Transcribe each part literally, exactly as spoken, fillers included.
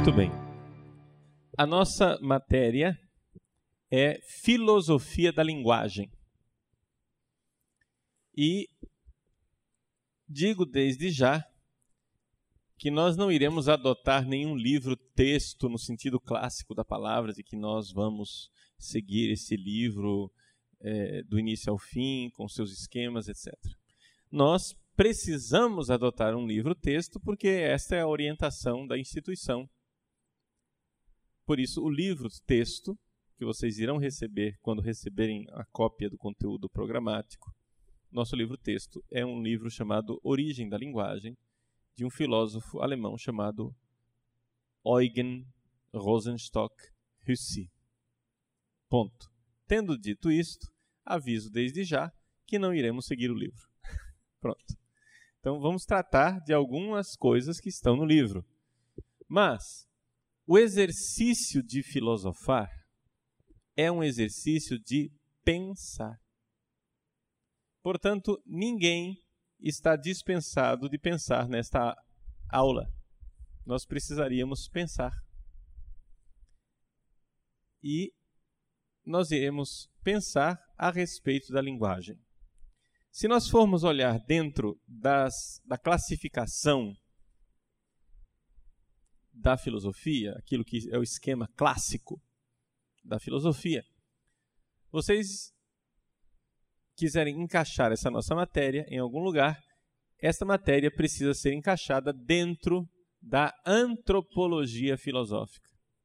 Muito bem. A nossa matéria é filosofia da linguagem. E digo desde já que nós não iremos adotar nenhum livro-texto no sentido clássico da palavra, de que nós vamos seguir esse livro é, do início ao fim, com seus esquemas, etcétera. Nós precisamos adotar um livro-texto porque esta é a orientação da instituição. Por isso, o livro-texto que vocês irão receber quando receberem a cópia do conteúdo programático, nosso livro-texto é um livro chamado Origem da Linguagem, de um filósofo alemão chamado Eugen Rosenstock-Huessy. Ponto. Tendo dito isto, aviso desde já que não iremos seguir o livro. Pronto. Então vamos tratar de algumas coisas que estão no livro. Mas o exercício de filosofar é um exercício de pensar. Portanto, ninguém está dispensado de pensar nesta aula. Nós precisaríamos pensar. E nós iremos pensar a respeito da linguagem. Se nós formos olhar dentro das, da classificação da filosofia, aquilo que é o esquema clássico da filosofia, vocês quiserem encaixar essa nossa matéria em algum lugar, essa matéria precisa ser encaixada dentro da antropologia filosófica.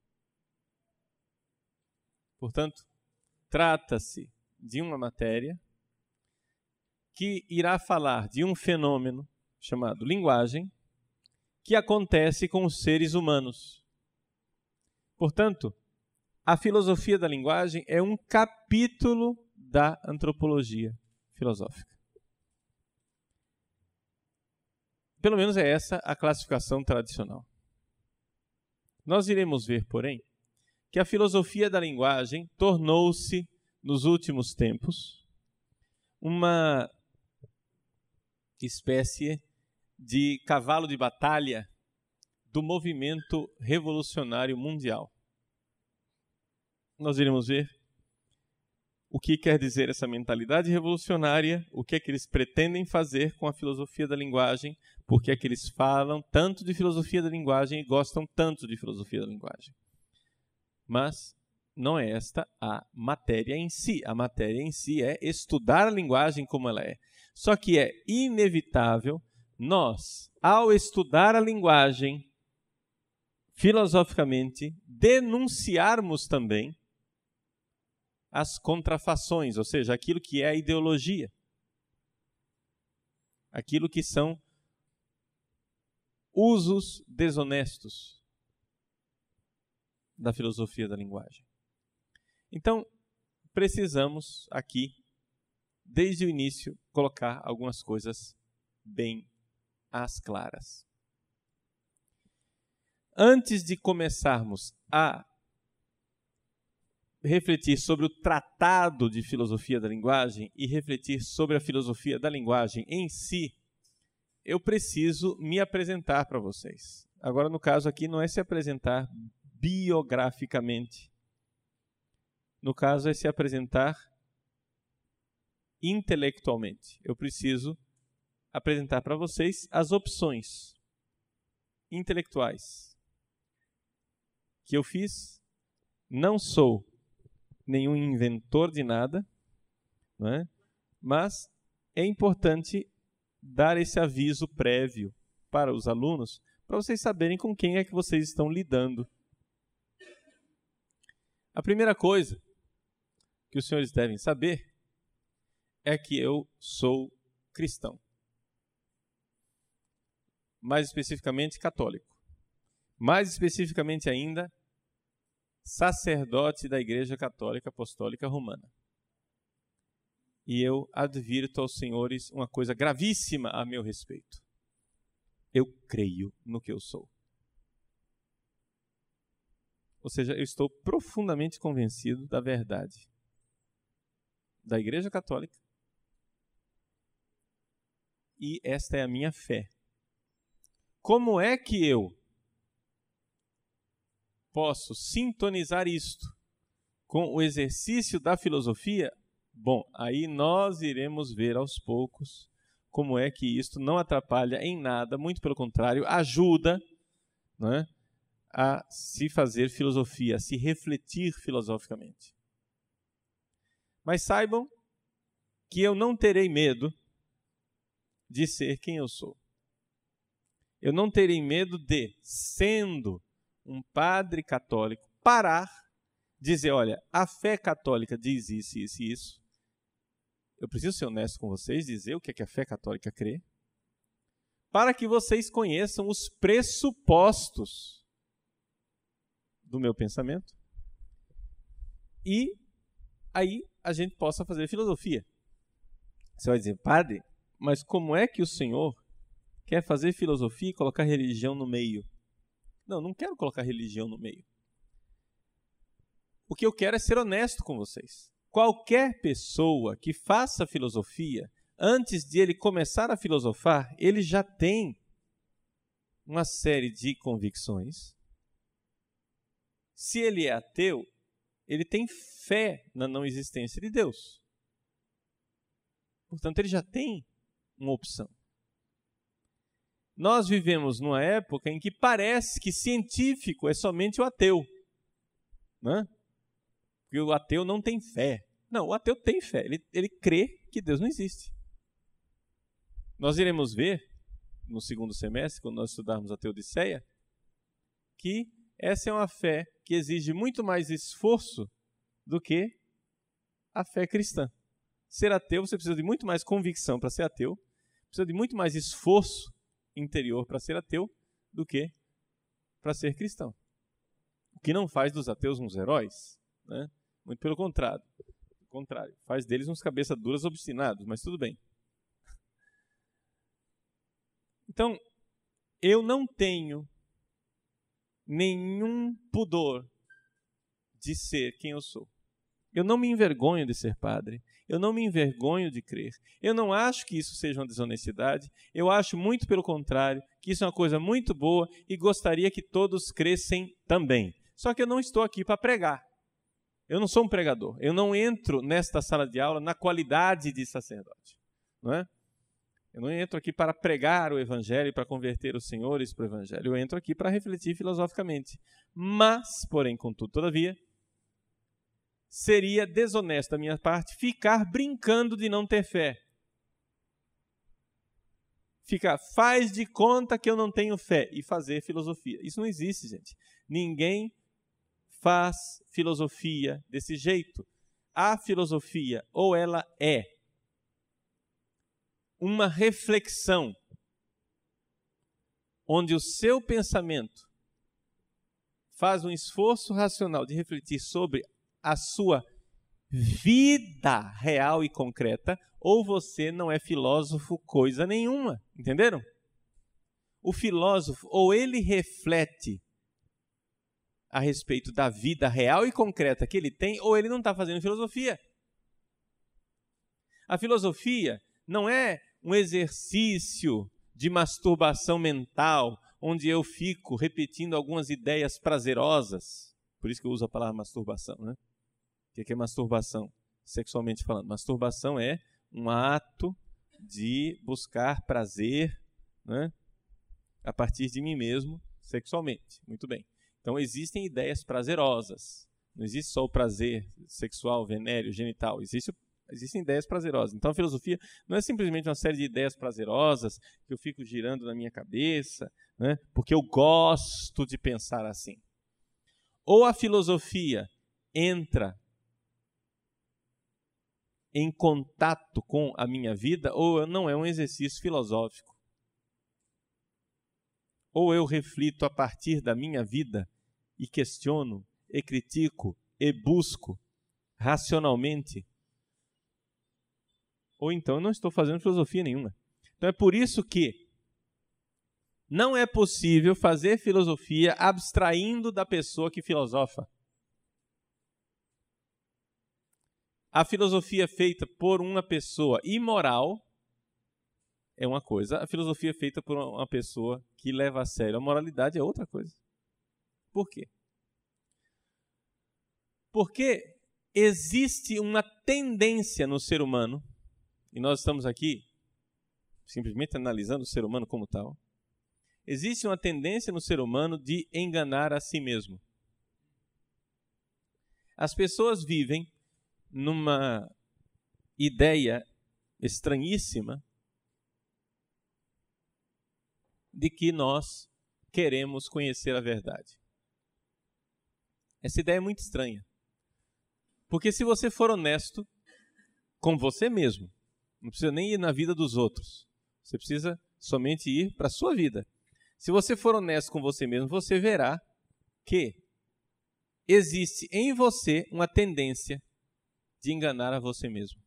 Portanto, trata-se de uma matéria que irá falar de um fenômeno chamado linguagem, que acontece com os seres humanos. Portanto, a filosofia da linguagem é um capítulo da antropologia filosófica. Pelo menos é essa a classificação tradicional. Nós iremos ver, porém, que a filosofia da linguagem tornou-se, nos últimos tempos, uma espécie de cavalo de batalha do movimento revolucionário mundial. Nós iremos ver o que quer dizer essa mentalidade revolucionária, o que é que eles pretendem fazer com a filosofia da linguagem, por que é que eles falam tanto de filosofia da linguagem e gostam tanto de filosofia da linguagem. Mas não é esta a matéria em si. A matéria em si é estudar a linguagem como ela é. Só que é inevitável nós, ao estudar a linguagem filosoficamente, denunciarmos também as contrafações, ou seja, aquilo que é a ideologia. Aquilo que são usos desonestos da filosofia da linguagem. Então, precisamos aqui, desde o início, colocar algumas coisas bem às claras. Antes de começarmos a refletir sobre o tratado de filosofia da linguagem e refletir sobre a filosofia da linguagem em si, eu preciso me apresentar para vocês. Agora, no caso aqui, não é se apresentar biograficamente. No caso, é se apresentar intelectualmente. Eu preciso apresentar para vocês as opções intelectuais que eu fiz. Não sou nenhum inventor de nada, não é? Mas é importante dar esse aviso prévio para os alunos, para vocês saberem com quem é que vocês estão lidando. A primeira coisa que os senhores devem saber é que eu sou cristão. Mais especificamente, católico. Mais especificamente ainda, sacerdote da Igreja Católica Apostólica Romana. E eu advirto aos senhores uma coisa gravíssima a meu respeito. Eu creio no que eu sou. Ou seja, eu estou profundamente convencido da verdade da Igreja Católica. E esta é a minha fé. Como é que eu posso sintonizar isto com o exercício da filosofia, bom, aí nós iremos ver aos poucos como é que isto não atrapalha em nada, muito pelo contrário, ajuda, não é, a se fazer filosofia, a se refletir filosoficamente. Mas saibam que eu não terei medo de ser quem eu sou. Eu não terei medo de, sendo um padre católico, parar, dizer, olha, a fé católica diz isso, isso e isso. Eu preciso ser honesto com vocês, dizer o que é que a fé católica crê, para que vocês conheçam os pressupostos do meu pensamento e aí a gente possa fazer filosofia. Você vai dizer, padre, mas como é que o senhor quer fazer filosofia e colocar religião no meio? Não, não quero colocar religião no meio. O que eu quero é ser honesto com vocês. Qualquer pessoa que faça filosofia, antes de ele começar a filosofar, ele já tem uma série de convicções. Se ele é ateu, ele tem fé na não existência de Deus. Portanto, ele já tem uma opção. Nós vivemos numa época em que parece que científico é somente o ateu, né? Porque o ateu não tem fé. Não, o ateu tem fé, ele, ele crê que Deus não existe. Nós iremos ver, no segundo semestre, quando nós estudarmos a Teodiceia, que essa é uma fé que exige muito mais esforço do que a fé cristã. Ser ateu, você precisa de muito mais convicção para ser ateu, precisa de muito mais esforço interior para ser ateu do que para ser cristão. O que não faz dos ateus uns heróis, né? Muito pelo contrário. Pelo contrário, faz deles uns cabeça duras obstinados, mas tudo bem. Então, eu não tenho nenhum pudor de ser quem eu sou. Eu não me envergonho de ser padre, eu não me envergonho de crer. Eu não acho que isso seja uma desonestidade, eu acho muito pelo contrário, que isso é uma coisa muito boa e gostaria que todos crescem também. Só que eu não estou aqui para pregar. Eu não sou um pregador, eu não entro nesta sala de aula na qualidade de sacerdote, não é? Eu não entro aqui para pregar o evangelho, para converter os senhores para o evangelho. Eu entro aqui para refletir filosoficamente. Mas, porém, contudo, todavia, seria desonesto da minha parte ficar brincando de não ter fé. Ficar, faz de conta que eu não tenho fé e fazer filosofia. Isso não existe, gente. Ninguém faz filosofia desse jeito. A filosofia, ou ela é uma reflexão onde o seu pensamento faz um esforço racional de refletir sobre a sua vida real e concreta, ou você não é filósofo coisa nenhuma, entenderam? O filósofo, ou ele reflete a respeito da vida real e concreta que ele tem, ou ele não está fazendo filosofia. A filosofia não é um exercício de masturbação mental, onde eu fico repetindo algumas ideias prazerosas. Por isso que eu uso a palavra masturbação, né? O que é masturbação? Sexualmente falando. Masturbação é um ato de buscar prazer, né, a partir de mim mesmo, sexualmente. Muito bem. Então, existem ideias prazerosas. Não existe só o prazer sexual, venéreo, genital. Existe, existem ideias prazerosas. Então, a filosofia não é simplesmente uma série de ideias prazerosas que eu fico girando na minha cabeça, né, porque eu gosto de pensar assim. Ou a filosofia entra em contato com a minha vida, ou não é um exercício filosófico. Ou eu reflito a partir da minha vida e questiono, e critico, e busco racionalmente. Ou então eu não estou fazendo filosofia nenhuma. Então é por isso que não é possível fazer filosofia abstraindo da pessoa que filosofa. A filosofia feita por uma pessoa imoral é uma coisa, a filosofia feita por uma pessoa que leva a sério a moralidade é outra coisa. Por quê? Porque existe uma tendência no ser humano, e nós estamos aqui simplesmente analisando o ser humano como tal, existe uma tendência no ser humano de enganar a si mesmo. As pessoas vivem numa ideia estranhíssima de que nós queremos conhecer a verdade. Essa ideia é muito estranha. Porque se você for honesto com você mesmo, não precisa nem ir na vida dos outros, você precisa somente ir para a sua vida. Se você for honesto com você mesmo, você verá que existe em você uma tendência de enganar a você mesmo.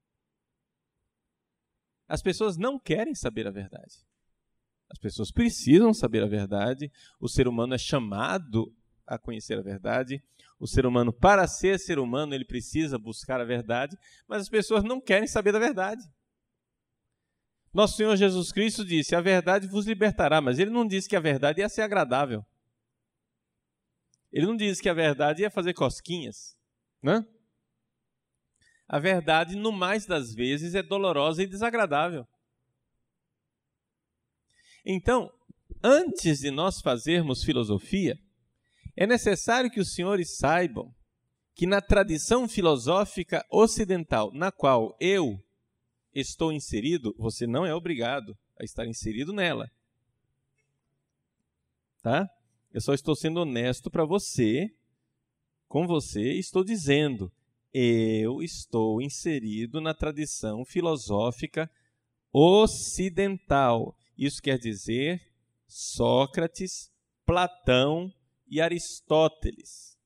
As pessoas não querem saber a verdade. As pessoas precisam saber a verdade. O ser humano é chamado a conhecer a verdade. O ser humano, para ser ser humano, ele precisa buscar a verdade, mas as pessoas não querem saber da verdade. Nosso Senhor Jesus Cristo disse, a verdade vos libertará, mas ele não disse que a verdade ia ser agradável. Ele não disse que a verdade ia fazer cosquinhas, né? A verdade, no mais das vezes, é dolorosa e desagradável. Então, antes de nós fazermos filosofia, é necessário que os senhores saibam que na tradição filosófica ocidental, na qual eu estou inserido, você não é obrigado a estar inserido nela. Tá? Eu só estou sendo honesto para você, com você, estou dizendo, eu estou inserido na tradição filosófica ocidental. Isso quer dizer Sócrates, Platão e Aristóteles.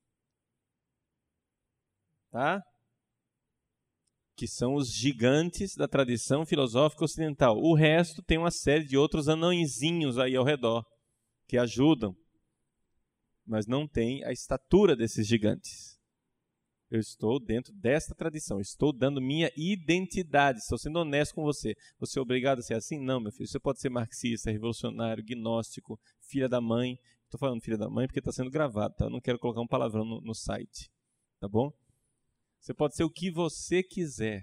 Tá? Que são os gigantes da tradição filosófica ocidental. O resto tem uma série de outros anõezinhos aí ao redor, que ajudam, mas não tem a estatura desses gigantes. Eu estou dentro desta tradição, estou dando minha identidade, estou sendo honesto com você. Você é obrigado a ser assim? Não, meu filho. Você pode ser marxista, revolucionário, gnóstico, filha da mãe. Estou falando filha da mãe porque está sendo gravado, tá? Eu não quero colocar um palavrão no, no site, tá bom? Você pode ser o que você quiser.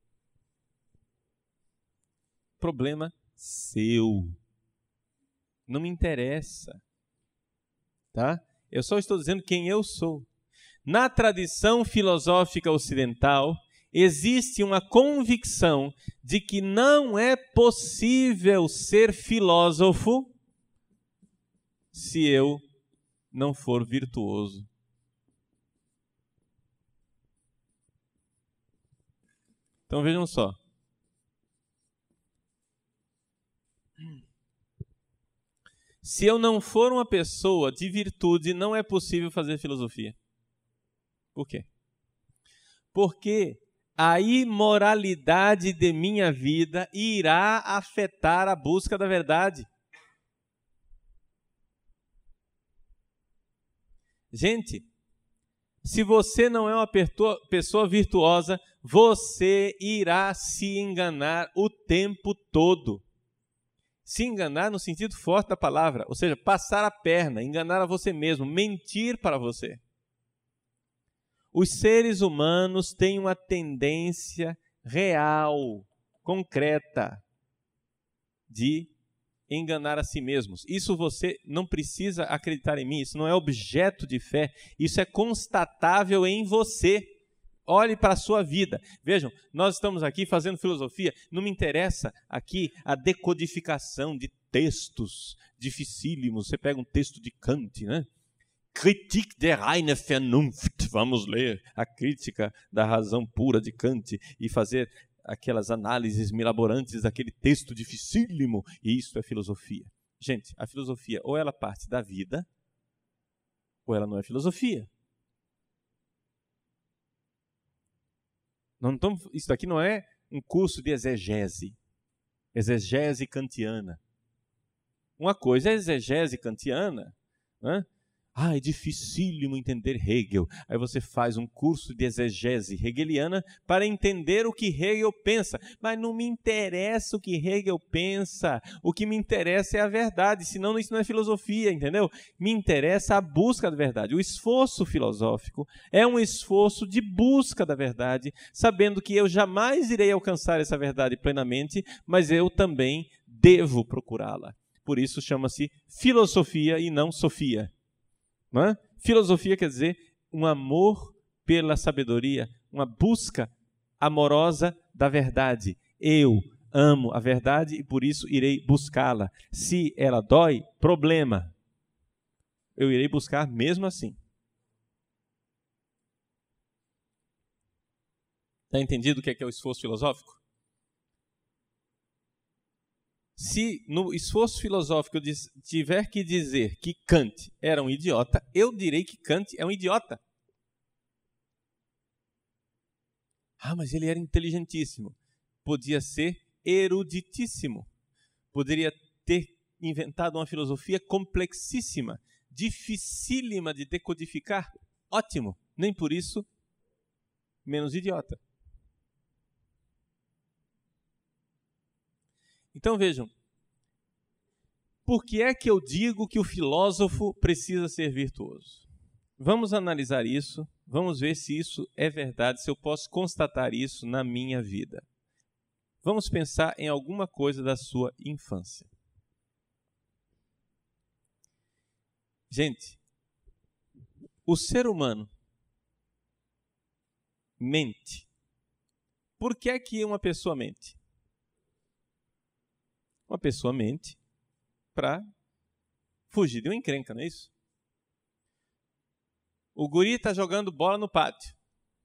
Problema seu. Não me interessa, tá? Eu só estou dizendo quem eu sou. Na tradição filosófica ocidental, existe uma convicção de que não é possível ser filósofo se eu não for virtuoso. Então vejam só. Se eu não for uma pessoa de virtude, não é possível fazer filosofia. Por quê? Porque a imoralidade de minha vida irá afetar a busca da verdade. Gente, se você não é uma pessoa virtuosa, você irá se enganar o tempo todo. Se enganar no sentido forte da palavra, ou seja, passar a perna, enganar a você mesmo, mentir para você. Os seres humanos têm uma tendência real, concreta, de enganar a si mesmos. Isso você não precisa acreditar em mim, isso não é objeto de fé, isso é constatável em você. Olhe para a sua vida. Vejam, nós estamos aqui fazendo filosofia, não me interessa aqui a decodificação de textos dificílimos. Você pega um texto de Kant, né? Kritik der reine Vernunft. Vamos ler a crítica da razão pura de Kant e fazer aquelas análises milaborantes daquele texto dificílimo. E isso é filosofia. Gente, a filosofia ou ela parte da vida, ou ela não é filosofia. Não estamos, isso aqui não é um curso de exegese, exegese kantiana. Uma coisa é exegese kantiana, né? Ah, é dificílimo entender Hegel. Aí você faz um curso de exegese hegeliana para entender o que Hegel pensa. Mas não me interessa o que Hegel pensa. O que me interessa é a verdade, senão isso não é filosofia, entendeu? Me interessa a busca da verdade. O esforço filosófico é um esforço de busca da verdade, sabendo que eu jamais irei alcançar essa verdade plenamente, mas eu também devo procurá-la. Por isso chama-se filosofia e não sofia. Não é? Filosofia quer dizer um amor pela sabedoria, uma busca amorosa da verdade. Eu amo a verdade e por isso irei buscá-la. Se ela dói, problema. Eu irei buscar mesmo assim. Está entendido o que é, que é o esforço filosófico? Se no esforço filosófico eu tiver que dizer que Kant era um idiota, eu direi que Kant é um idiota. Ah, mas ele era inteligentíssimo. Podia ser eruditíssimo. Poderia ter inventado uma filosofia complexíssima, dificílima de decodificar. Ótimo. Nem por isso, menos idiota. Então vejam, por que é que eu digo que o filósofo precisa ser virtuoso? Vamos analisar isso, vamos ver se isso é verdade, se eu posso constatar isso na minha vida. Vamos pensar em alguma coisa da sua infância. Gente, o ser humano mente. Por que é que uma pessoa mente? Uma pessoa mente para fugir de uma encrenca, não é isso? O guri está jogando bola no pátio.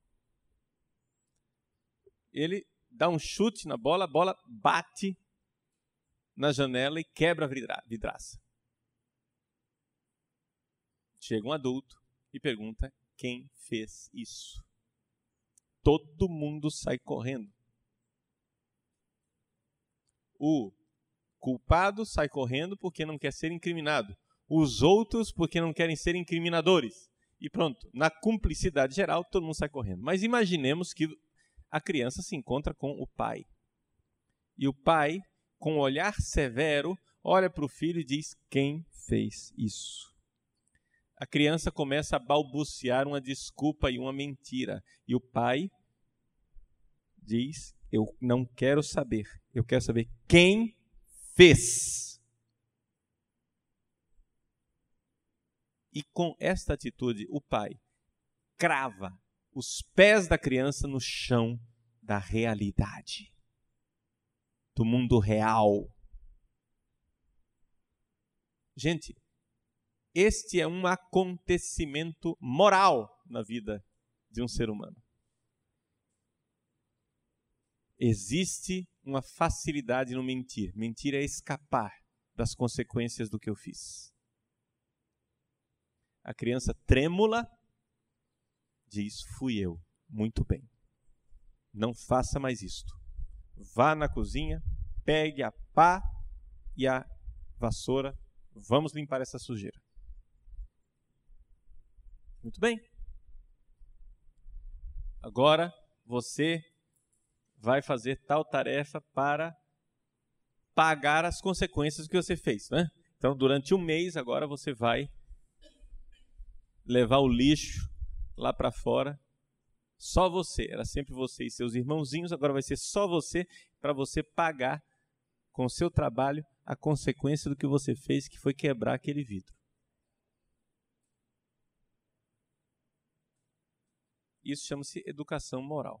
Ele dá um chute na bola, a bola bate na janela e quebra a vidraça. Chega um adulto e pergunta quem fez isso. Todo mundo sai correndo. O culpado sai correndo porque não quer ser incriminado. Os outros porque não querem ser incriminadores. E pronto, na cumplicidade geral, todo mundo sai correndo. Mas imaginemos que a criança se encontra com o pai. E o pai, com um olhar severo, olha para o filho e diz: quem fez isso? A criança começa a balbuciar uma desculpa e uma mentira. E o pai diz: eu não quero saber. Eu quero saber quem fez. E com esta atitude, o pai crava os pés da criança no chão da realidade, do mundo real. Gente, este é um acontecimento moral na vida de um ser humano. Existe uma facilidade no mentir. Mentir é escapar das consequências do que eu fiz. A criança trêmula diz: fui eu. Muito bem. Não faça mais isto. Vá na cozinha, pegue a pá e a vassoura. Vamos limpar essa sujeira. Muito bem. Agora você vai fazer tal tarefa para pagar as consequências do que você fez, né? Então, durante um mês, agora você vai levar o lixo lá para fora. Só você. Era sempre você e seus irmãozinhos, agora vai ser só você, para você pagar com o seu trabalho a consequência do que você fez, que foi quebrar aquele vidro. Isso chama-se educação moral.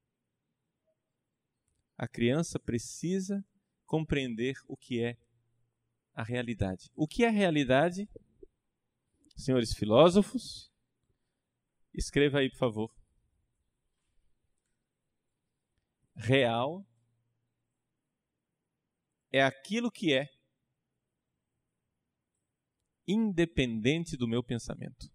A criança precisa compreender o que é a realidade. O que é realidade? Senhores filósofos, escreva aí, por favor. Real é aquilo que é independente do meu pensamento.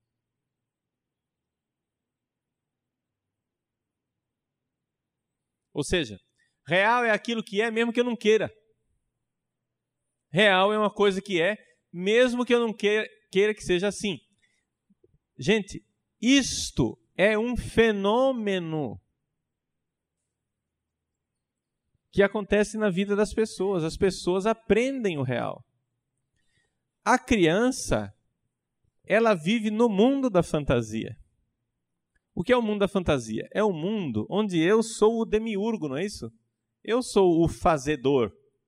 Ou seja, real é aquilo que é mesmo que eu não queira. Real é uma coisa que é mesmo que eu não queira, queira que seja assim. Gente, isto é um fenômeno que acontece na vida das pessoas. As pessoas aprendem o real. A criança, ela vive no mundo da fantasia. O que é o mundo da fantasia? É o mundo onde eu sou o demiurgo, não é isso? Eu sou o fazedor.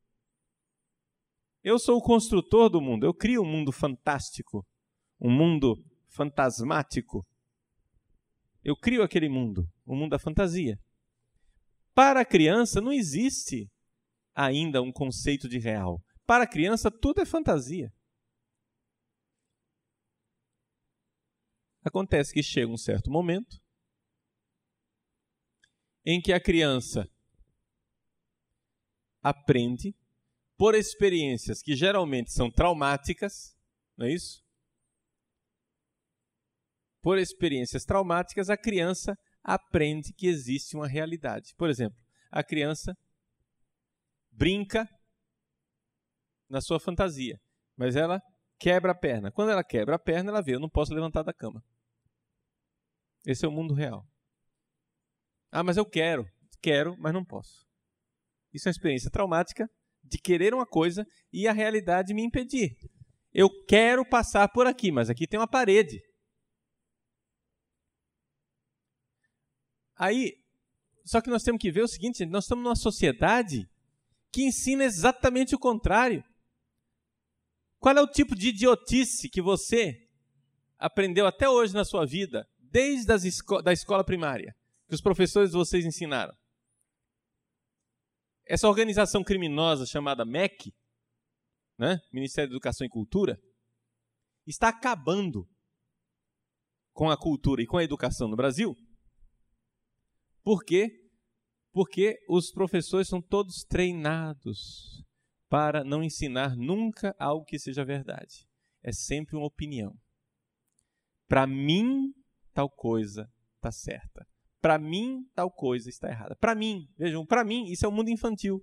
Eu sou o construtor do mundo. Eu crio um mundo fantástico, um mundo fantasmático. Eu crio aquele mundo, o mundo da fantasia. Para a criança não existe ainda um conceito de real. Para a criança tudo é fantasia. Acontece que chega um certo momento em que a criança aprende por experiências que geralmente são traumáticas, não é isso? Por experiências traumáticas, a criança aprende que existe uma realidade. Por exemplo, a criança brinca na sua fantasia, mas ela quebra a perna. Quando ela quebra a perna, ela vê, eu não posso levantar da cama. Esse é o mundo real. Ah, mas eu quero. Quero, mas não posso. Isso é uma experiência traumática de querer uma coisa e a realidade me impedir. Eu quero passar por aqui, mas aqui tem uma parede. Aí, só que nós temos que ver o seguinte, nós estamos numa sociedade que ensina exatamente o contrário. Qual é o tipo de idiotice que você aprendeu até hoje na sua vida, desde as esco- da escola primária, que os professores de vocês ensinaram? Essa organização criminosa chamada M E C, né? Ministério da Educação e Cultura, está acabando com a cultura e com a educação no Brasil. Por quê? Porque os professores são todos treinados para não ensinar nunca algo que seja verdade. É sempre uma opinião. Para mim, tal coisa está certa. Para mim, tal coisa está errada. Para mim, vejam, para mim, isso é o mundo infantil.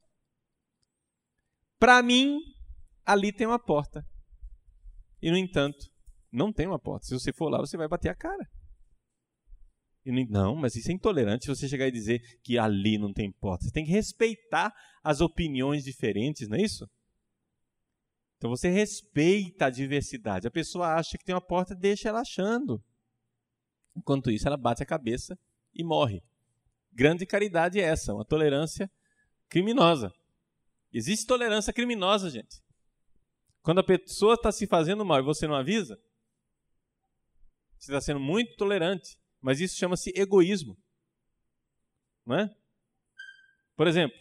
Para mim, ali tem uma porta. E, no entanto, não tem uma porta. Se você for lá, você vai bater a cara. E não, mas isso é intolerante você chegar e dizer que ali não tem porta. Você tem que respeitar as opiniões diferentes, não é isso? Então você respeita a diversidade. A pessoa acha que tem uma porta, deixa ela achando. Enquanto isso, ela bate a cabeça e morre. Grande caridade é essa, uma tolerância criminosa. Existe tolerância criminosa, gente. Quando a pessoa está se fazendo mal e você não avisa, você está sendo muito tolerante. Mas isso chama-se egoísmo. Não é? Por exemplo,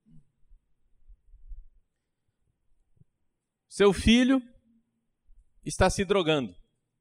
seu filho está se drogando.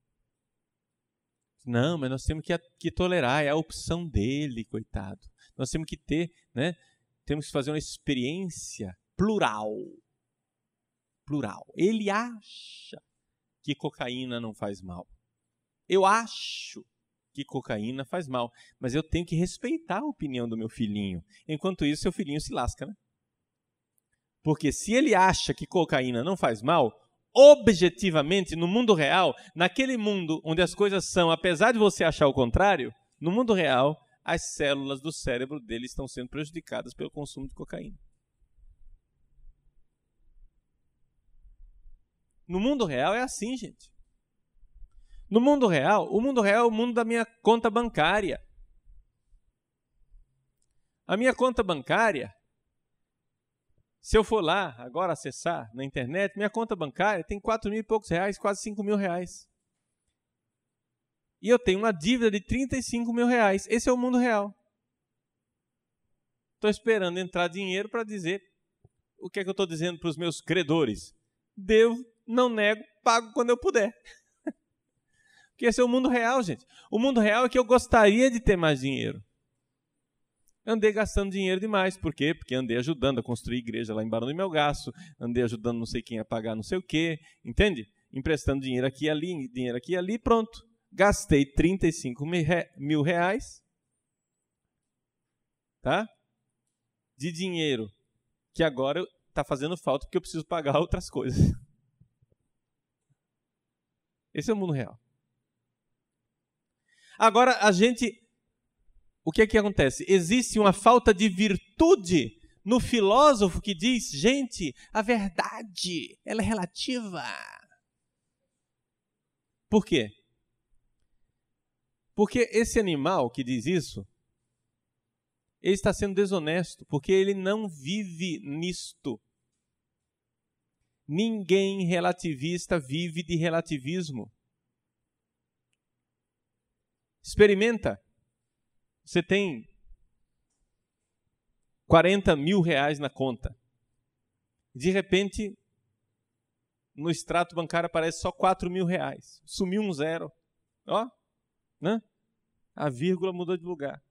Não, mas nós temos que, que tolerar, é a opção dele, coitado. Nós temos que ter, né? Temos que fazer uma experiência plural. Plural. Ele acha que cocaína não faz mal. Eu acho que cocaína faz mal, mas eu tenho que respeitar a opinião do meu filhinho. Enquanto isso, seu filhinho se lasca, né? Porque se ele acha que cocaína não faz mal, objetivamente, no mundo real, naquele mundo onde as coisas são, apesar de você achar o contrário, no mundo real, as células do cérebro dele estão sendo prejudicadas pelo consumo de cocaína. No mundo real é assim, gente. No mundo real, o mundo real é o mundo da minha conta bancária. A minha conta bancária, se eu for lá agora acessar na internet, minha conta bancária tem quatro mil e poucos reais, quase cinco mil reais. E eu tenho uma dívida de trinta e cinco mil reais. Esse é o mundo real. Estou esperando entrar dinheiro para dizer o que é que eu estou dizendo para os meus credores. Devo, não nego, pago quando eu puder. Porque esse é o mundo real, gente. O mundo real é que eu gostaria de ter mais dinheiro. Andei gastando dinheiro demais. Por quê? Porque andei ajudando a construir igreja lá em Barão do Melgaço, andei ajudando não sei quem a pagar não sei o quê, entende? Emprestando dinheiro aqui e ali, dinheiro aqui e ali, pronto. Gastei trinta e cinco mil reais, tá? De dinheiro que agora está fazendo falta porque eu preciso pagar outras coisas. Esse é o mundo real. Agora, a gente... O que é que acontece? Existe uma falta de virtude no filósofo que diz, gente, a verdade, ela é relativa. Por quê? Porque esse animal que diz isso, ele está sendo desonesto, porque ele não vive nisto. Ninguém relativista vive de relativismo. Experimenta. Você tem quarenta mil reais na conta. De repente, no extrato bancário aparece só quatro mil reais. Sumiu um zero. Ó, né? A vírgula mudou de lugar.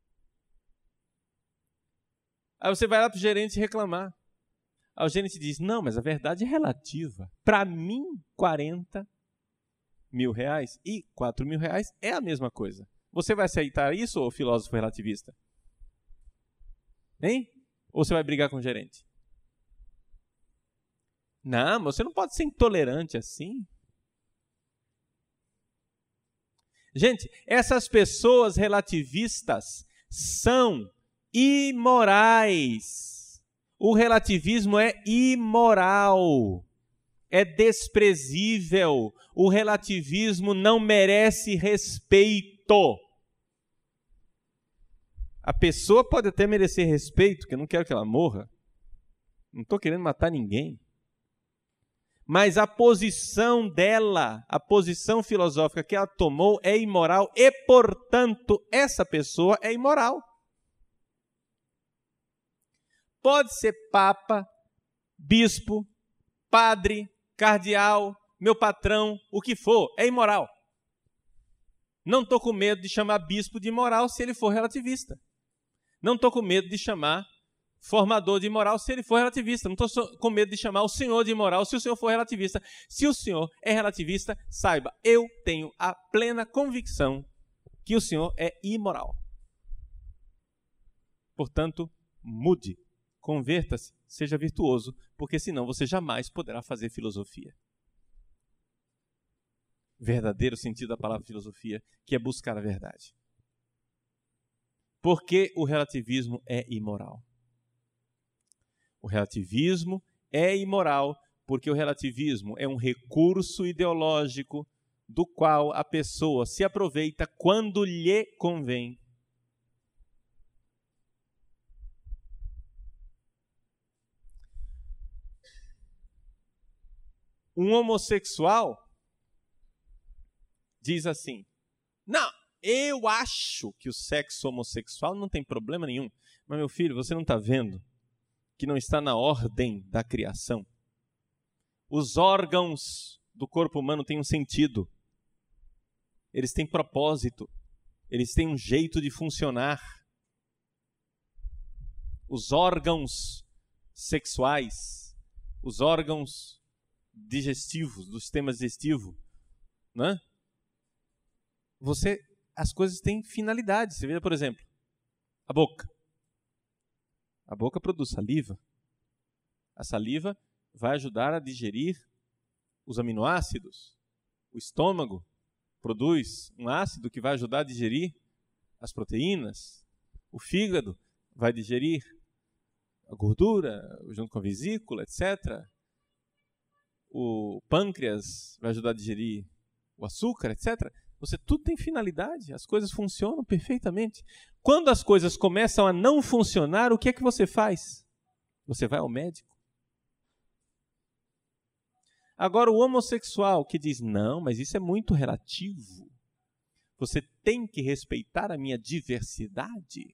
Aí você vai lá para o gerente reclamar. Aí o gerente diz, não, mas a verdade é relativa. Para mim, quarenta mil reais e quatro mil reais é a mesma coisa. Você vai aceitar isso, ô filósofo relativista? Hein? Ou você vai brigar com o gerente? Não, mas você não pode ser intolerante assim. Gente, essas pessoas relativistas são imorais. O relativismo é imoral. É desprezível. O relativismo não merece respeito. A pessoa pode até merecer respeito, que eu não quero que ela morra. Não estou querendo matar ninguém. Mas a posição dela, a posição filosófica que ela tomou é imoral e, portanto, essa pessoa é imoral. Pode ser papa, bispo, padre, cardeal, meu patrão, o que for, é imoral. Não estou com medo de chamar bispo de imoral se ele for relativista. Não estou com medo de chamar formador de imoral se ele for relativista. Não estou com medo de chamar o senhor de imoral se o senhor for relativista. Se o senhor é relativista, saiba, eu tenho a plena convicção que o senhor é imoral. Portanto, mude, converta-se, seja virtuoso, porque senão você jamais poderá fazer filosofia. Verdadeiro sentido da palavra filosofia, que é buscar a verdade. Porque o relativismo é imoral. O relativismo é imoral porque o relativismo é um recurso ideológico do qual a pessoa se aproveita quando lhe convém. Um homossexual diz assim, não, eu acho que o sexo homossexual não tem problema nenhum. Mas, meu filho, você não está vendo que não está na ordem da criação? Os órgãos do corpo humano têm um sentido. Eles têm propósito. Eles têm um jeito de funcionar. Os órgãos sexuais, os órgãos digestivos, do sistema digestivo, né? Você, as coisas têm finalidade. Você vê, por exemplo, a boca. A boca produz saliva. A saliva vai ajudar a digerir os aminoácidos. O estômago produz um ácido que vai ajudar a digerir as proteínas. O fígado vai digerir a gordura junto com a vesícula, etcétera. O pâncreas vai ajudar a digerir o açúcar, etcétera. Você, tudo tem finalidade, as coisas funcionam perfeitamente. Quando as coisas começam a não funcionar, o que é que você faz? Você vai ao médico. Agora, o homossexual que diz, não, mas isso é muito relativo. Você tem que respeitar a minha diversidade.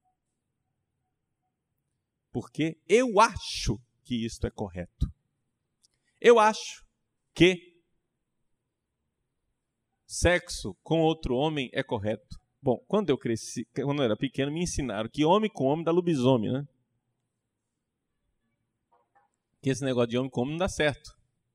Porque eu acho que isto é correto. Eu acho que sexo com outro homem é correto. Bom, quando eu cresci, quando eu era pequeno, me ensinaram que homem com homem dá lobisomem, né? Que esse negócio de homem com homem não dá certo.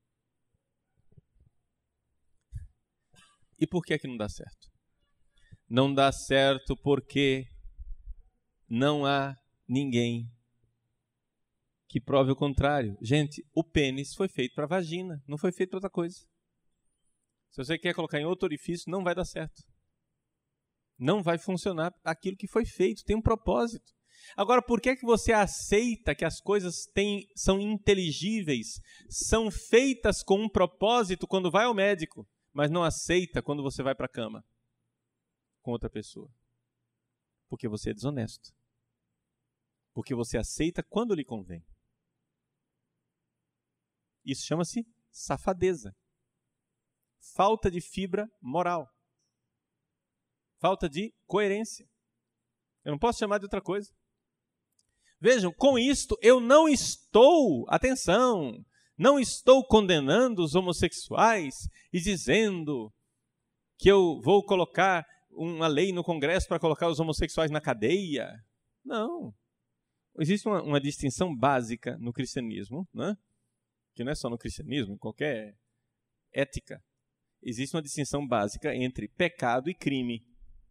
E por que é que não dá certo? Não dá certo porque não há ninguém que prove o contrário. Gente, o pênis foi feito para a vagina, não foi feito para outra coisa. Se você quer colocar em outro orifício, não vai dar certo. Não vai funcionar aquilo que foi feito, tem um propósito. Agora, por que, que você aceita que as coisas têm, são inteligíveis, são feitas com um propósito quando vai ao médico, mas não aceita quando você vai para a cama com outra pessoa? Porque você é desonesto. Porque você aceita quando lhe convém. Isso chama-se safadeza. Falta de fibra moral. Falta de coerência. Eu não posso chamar de outra coisa. Vejam, com isto eu não estou, atenção, não estou condenando os homossexuais e dizendo que eu vou colocar uma lei no Congresso para colocar os homossexuais na cadeia. Não. Existe uma, uma distinção básica no cristianismo, né? Que não é só no cristianismo, em qualquer ética. Existe uma distinção básica entre pecado e crime.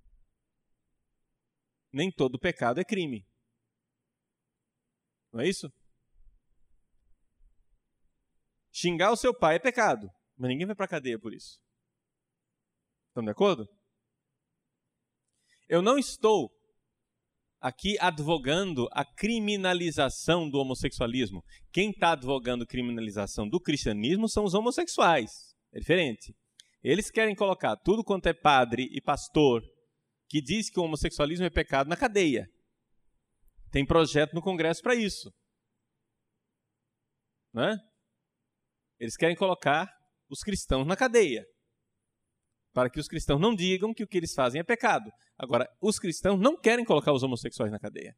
Nem todo pecado é crime. Não é isso? Xingar o seu pai é pecado, mas ninguém vai para a cadeia por isso. Estão de acordo? Eu não estou aqui advogando a criminalização do homossexualismo. Quem está advogando criminalização do cristianismo são os homossexuais. É diferente. Eles querem colocar tudo quanto é padre e pastor que diz que o homossexualismo é pecado na cadeia. Tem projeto no Congresso para isso. Não é? Eles querem colocar os cristãos na cadeia, para que os cristãos não digam que o que eles fazem é pecado. Agora, os cristãos não querem colocar os homossexuais na cadeia.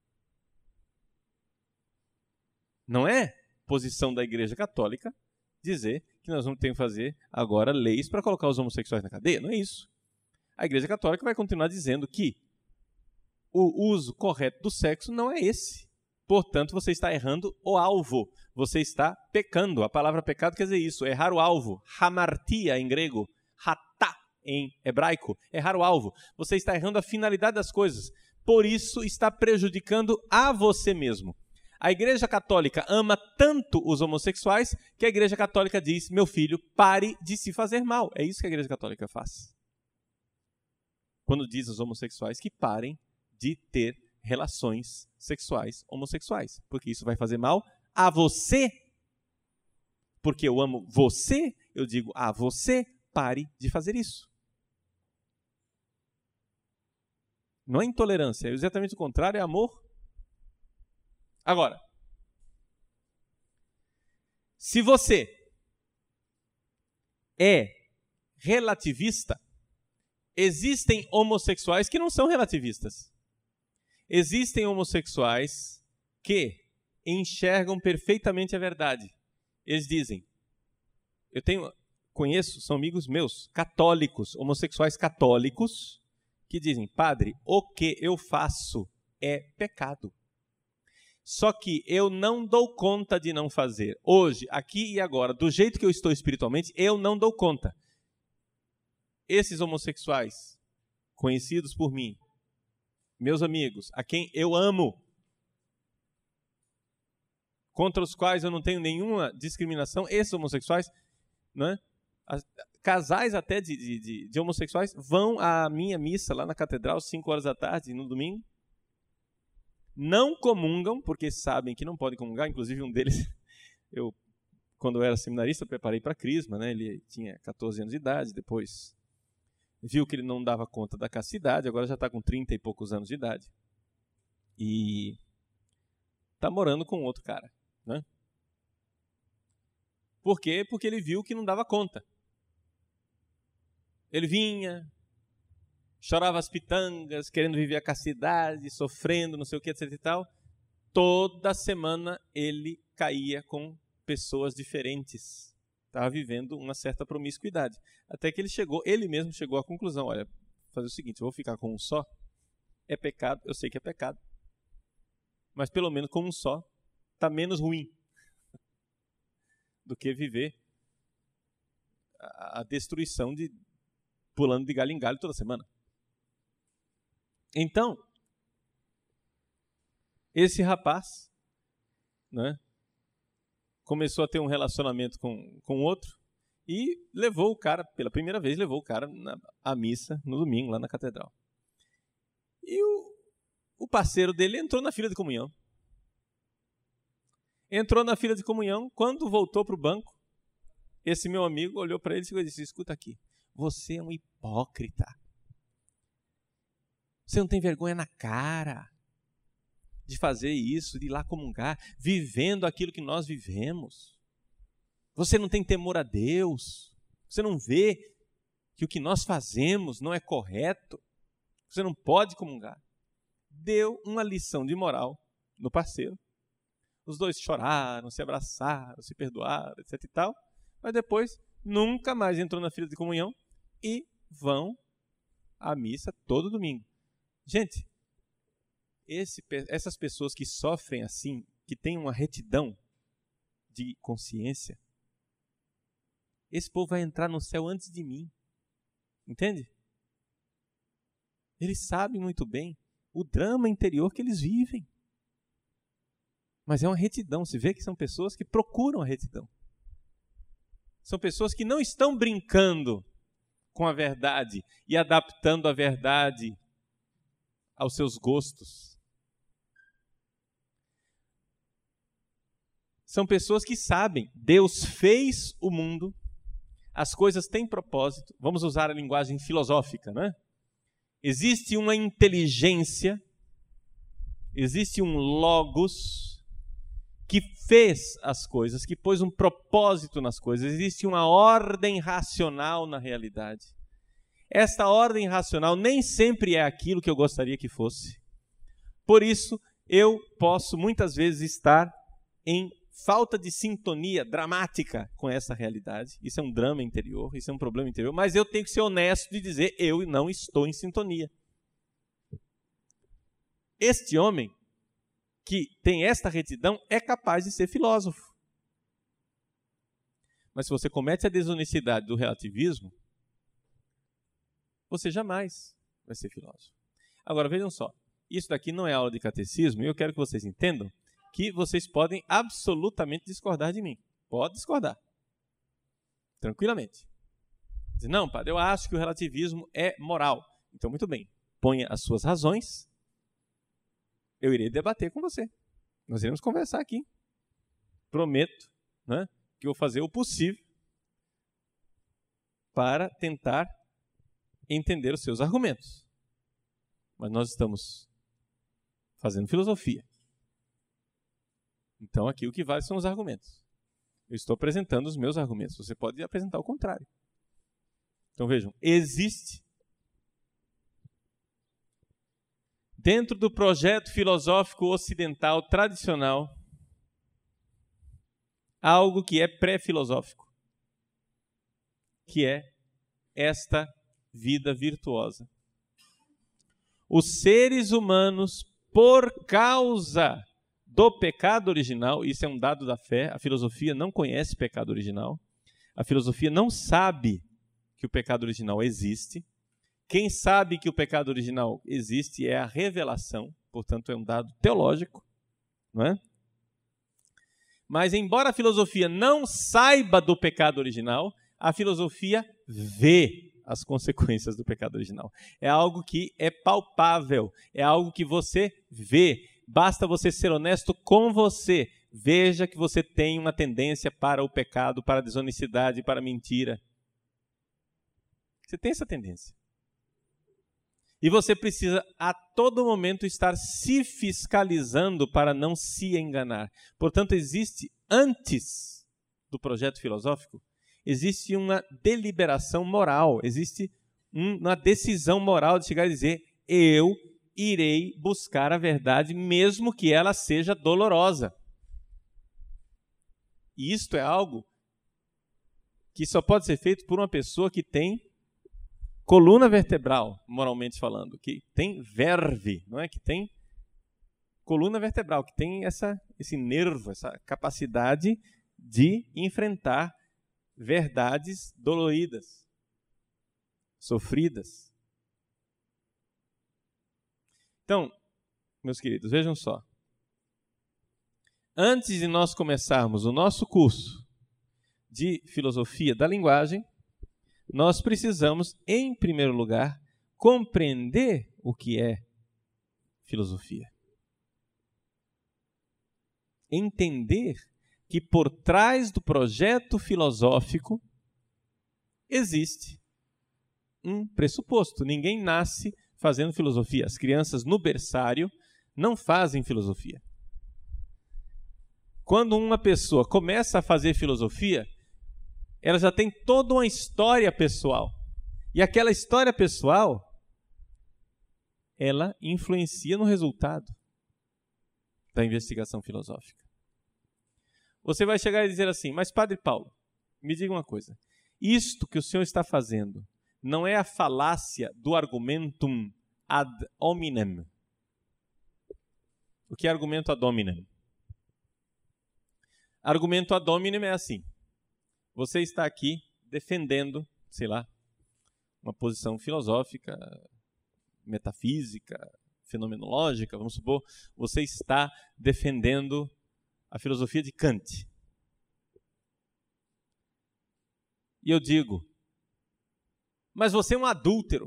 Não é posição da Igreja Católica dizer que nós vamos ter que fazer agora leis para colocar os homossexuais na cadeia. Não é isso. A Igreja Católica vai continuar dizendo que o uso correto do sexo não é esse. Portanto, você está errando o alvo. Você está pecando. A palavra pecado quer dizer isso, errar o alvo. Hamartia em grego, hatá em hebraico, errar o alvo. Você está errando a finalidade das coisas. Por isso está prejudicando a você mesmo. A Igreja Católica ama tanto os homossexuais que a Igreja Católica diz: meu filho, pare de se fazer mal. É isso que a Igreja Católica faz. Quando diz aos homossexuais que parem de ter relações sexuais homossexuais, porque isso vai fazer mal a você. Porque eu amo você, eu digo a você, pare de fazer isso. Não é intolerância, é exatamente o contrário, é amor. Agora, se você é relativista, existem homossexuais que não são relativistas. Existem homossexuais que enxergam perfeitamente a verdade. Eles dizem, eu tenho, conheço, são amigos meus, católicos, homossexuais católicos, que dizem, padre, o que eu faço é pecado. Só que eu não dou conta de não fazer. Hoje, aqui e agora, do jeito que eu estou espiritualmente, eu não dou conta. Esses homossexuais, conhecidos por mim, meus amigos, a quem eu amo, contra os quais eu não tenho nenhuma discriminação, esses homossexuais, né? As, casais até de, de, de homossexuais vão à minha missa lá na catedral, cinco horas da tarde, no domingo. Não comungam, porque sabem que não podem comungar. Inclusive um deles, eu, quando eu era seminarista, preparei para a crisma, né? Ele tinha catorze anos de idade, depois viu que ele não dava conta da castidade, agora já está com trinta e poucos anos de idade. E está morando com outro cara, né? Por quê? Porque ele viu que não dava conta. Ele vinha, chorava as pitangas, querendo viver a castidade, sofrendo, não sei o que, etc e tal. Toda semana ele caía com pessoas diferentes. Estava vivendo uma certa promiscuidade. Até que ele chegou, ele mesmo chegou à conclusão, olha, fazer o seguinte, eu vou ficar com um só, é pecado, eu sei que é pecado, mas pelo menos com um só, está menos ruim do que viver a, a destruição de pulando de galho em galho toda semana. Então, esse rapaz, né, começou a ter um relacionamento com, com outro, e levou o cara, pela primeira vez, levou o cara na, à missa no domingo, lá na catedral. E o, o parceiro dele entrou na fila de comunhão. Entrou na fila de comunhão, quando voltou para o banco, esse meu amigo olhou para ele e disse, escuta aqui, você é um hipócrita. Você não tem vergonha na cara de fazer isso, de ir lá comungar, vivendo aquilo que nós vivemos. Você não tem temor a Deus. Você não vê que o que nós fazemos não é correto. Você não pode comungar. Deu uma lição de moral no parceiro. Os dois choraram, se abraçaram, se perdoaram, etc e tal. Mas depois nunca mais entrou na fila de comunhão e vão à missa todo domingo. Gente, esse, essas pessoas que sofrem assim, que têm uma retidão de consciência, esse povo vai entrar no céu antes de mim. Entende? Eles sabem muito bem o drama interior que eles vivem. Mas é uma retidão. Se vê que são pessoas que procuram a retidão. São pessoas que não estão brincando com a verdade e adaptando a verdade aos seus gostos. São pessoas que sabem, Deus fez o mundo, as coisas têm propósito, vamos usar a linguagem filosófica, né? Existe uma inteligência, existe um logos que fez as coisas, que pôs um propósito nas coisas, existe uma ordem racional na realidade. Esta ordem racional nem sempre é aquilo que eu gostaria que fosse. Por isso, eu posso muitas vezes estar em falta de sintonia dramática com essa realidade. Isso é um drama interior, isso é um problema interior, mas eu tenho que ser honesto de dizer, eu não estou em sintonia. Este homem que tem esta retidão é capaz de ser filósofo. Mas se você comete a desonestidade do relativismo, você jamais vai ser filósofo. Agora, vejam só, isso daqui não é aula de catecismo e eu quero que vocês entendam que vocês podem absolutamente discordar de mim. Pode discordar. Tranquilamente. Dizer, não, padre, eu acho que o relativismo é moral. Então, muito bem. Ponha as suas razões. Eu irei debater com você. Nós iremos conversar aqui. Prometo, né, que vou fazer o possível para tentar entender os seus argumentos. Mas nós estamos fazendo filosofia. Então, aqui o que vale são os argumentos. Eu estou apresentando os meus argumentos. Você pode apresentar o contrário. Então, vejam, existe dentro do projeto filosófico ocidental tradicional algo que é pré-filosófico, que é esta vida virtuosa. Os seres humanos, por causa do pecado original, isso é um dado da fé, a filosofia não conhece pecado original, a filosofia não sabe que o pecado original existe. Quem sabe que o pecado original existe é a revelação, portanto é um dado teológico, não é? Mas embora a filosofia não saiba do pecado original, a filosofia vê as consequências do pecado original. É algo que é palpável, é algo que você vê. Basta você ser honesto com você. Veja que você tem uma tendência para o pecado, para a desonestidade, para a mentira. Você tem essa tendência. E você precisa a todo momento estar se fiscalizando para não se enganar. Portanto, existe, antes do projeto filosófico, existe uma deliberação moral, existe uma decisão moral de chegar e dizer, eu irei buscar a verdade, mesmo que ela seja dolorosa. E isto é algo que só pode ser feito por uma pessoa que tem coluna vertebral, moralmente falando, que tem verve, não é? Que tem coluna vertebral, que tem essa, esse nervo, essa capacidade de enfrentar verdades doloridas, sofridas. Então, meus queridos, vejam só. Antes de nós começarmos o nosso curso de filosofia da linguagem, nós precisamos, em primeiro lugar, compreender o que é filosofia. Entender que por trás do projeto filosófico existe um pressuposto. Ninguém nasce fazendo filosofia. As crianças no berçário não fazem filosofia. Quando uma pessoa começa a fazer filosofia, ela já tem toda uma história pessoal. E aquela história pessoal, ela influencia no resultado da investigação filosófica. Você vai chegar e dizer assim, mas Padre Paulo, me diga uma coisa. Isto que o senhor está fazendo não é a falácia do argumentum ad hominem. O que é argumento ad hominem? Argumento ad hominem é assim. Você está aqui defendendo, sei lá, uma posição filosófica, metafísica, fenomenológica, vamos supor, você está defendendo a filosofia de Kant. E eu digo, mas você é um adúltero.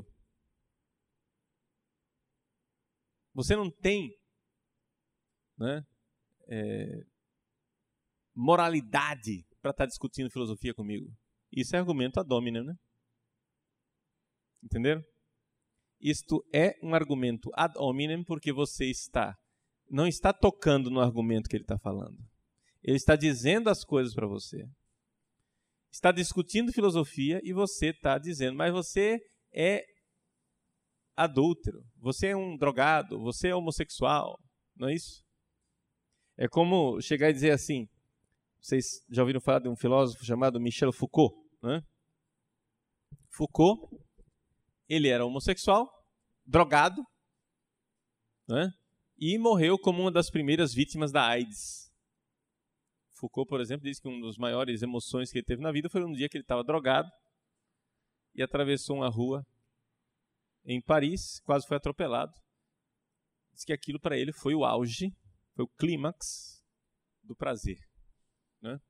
Você não tem, né, é, moralidade para estar discutindo filosofia comigo. Isso é argumento ad hominem, né? Entenderam? Isto é um argumento ad hominem porque você está, não está tocando no argumento que ele está falando. Ele está dizendo as coisas para você. Está discutindo filosofia e você está dizendo, mas você é adúltero, você é um drogado, você é homossexual, não é isso? É como chegar e dizer assim, vocês já ouviram falar de um filósofo chamado Michel Foucault, né? Foucault, ele era homossexual, drogado, né? E morreu como uma das primeiras vítimas da AIDS. Foucault, por exemplo, diz que uma das maiores emoções que ele teve na vida foi um dia que ele estava drogado e atravessou uma rua em Paris, quase foi atropelado. Diz que aquilo para ele foi o auge, foi o clímax do prazer, né?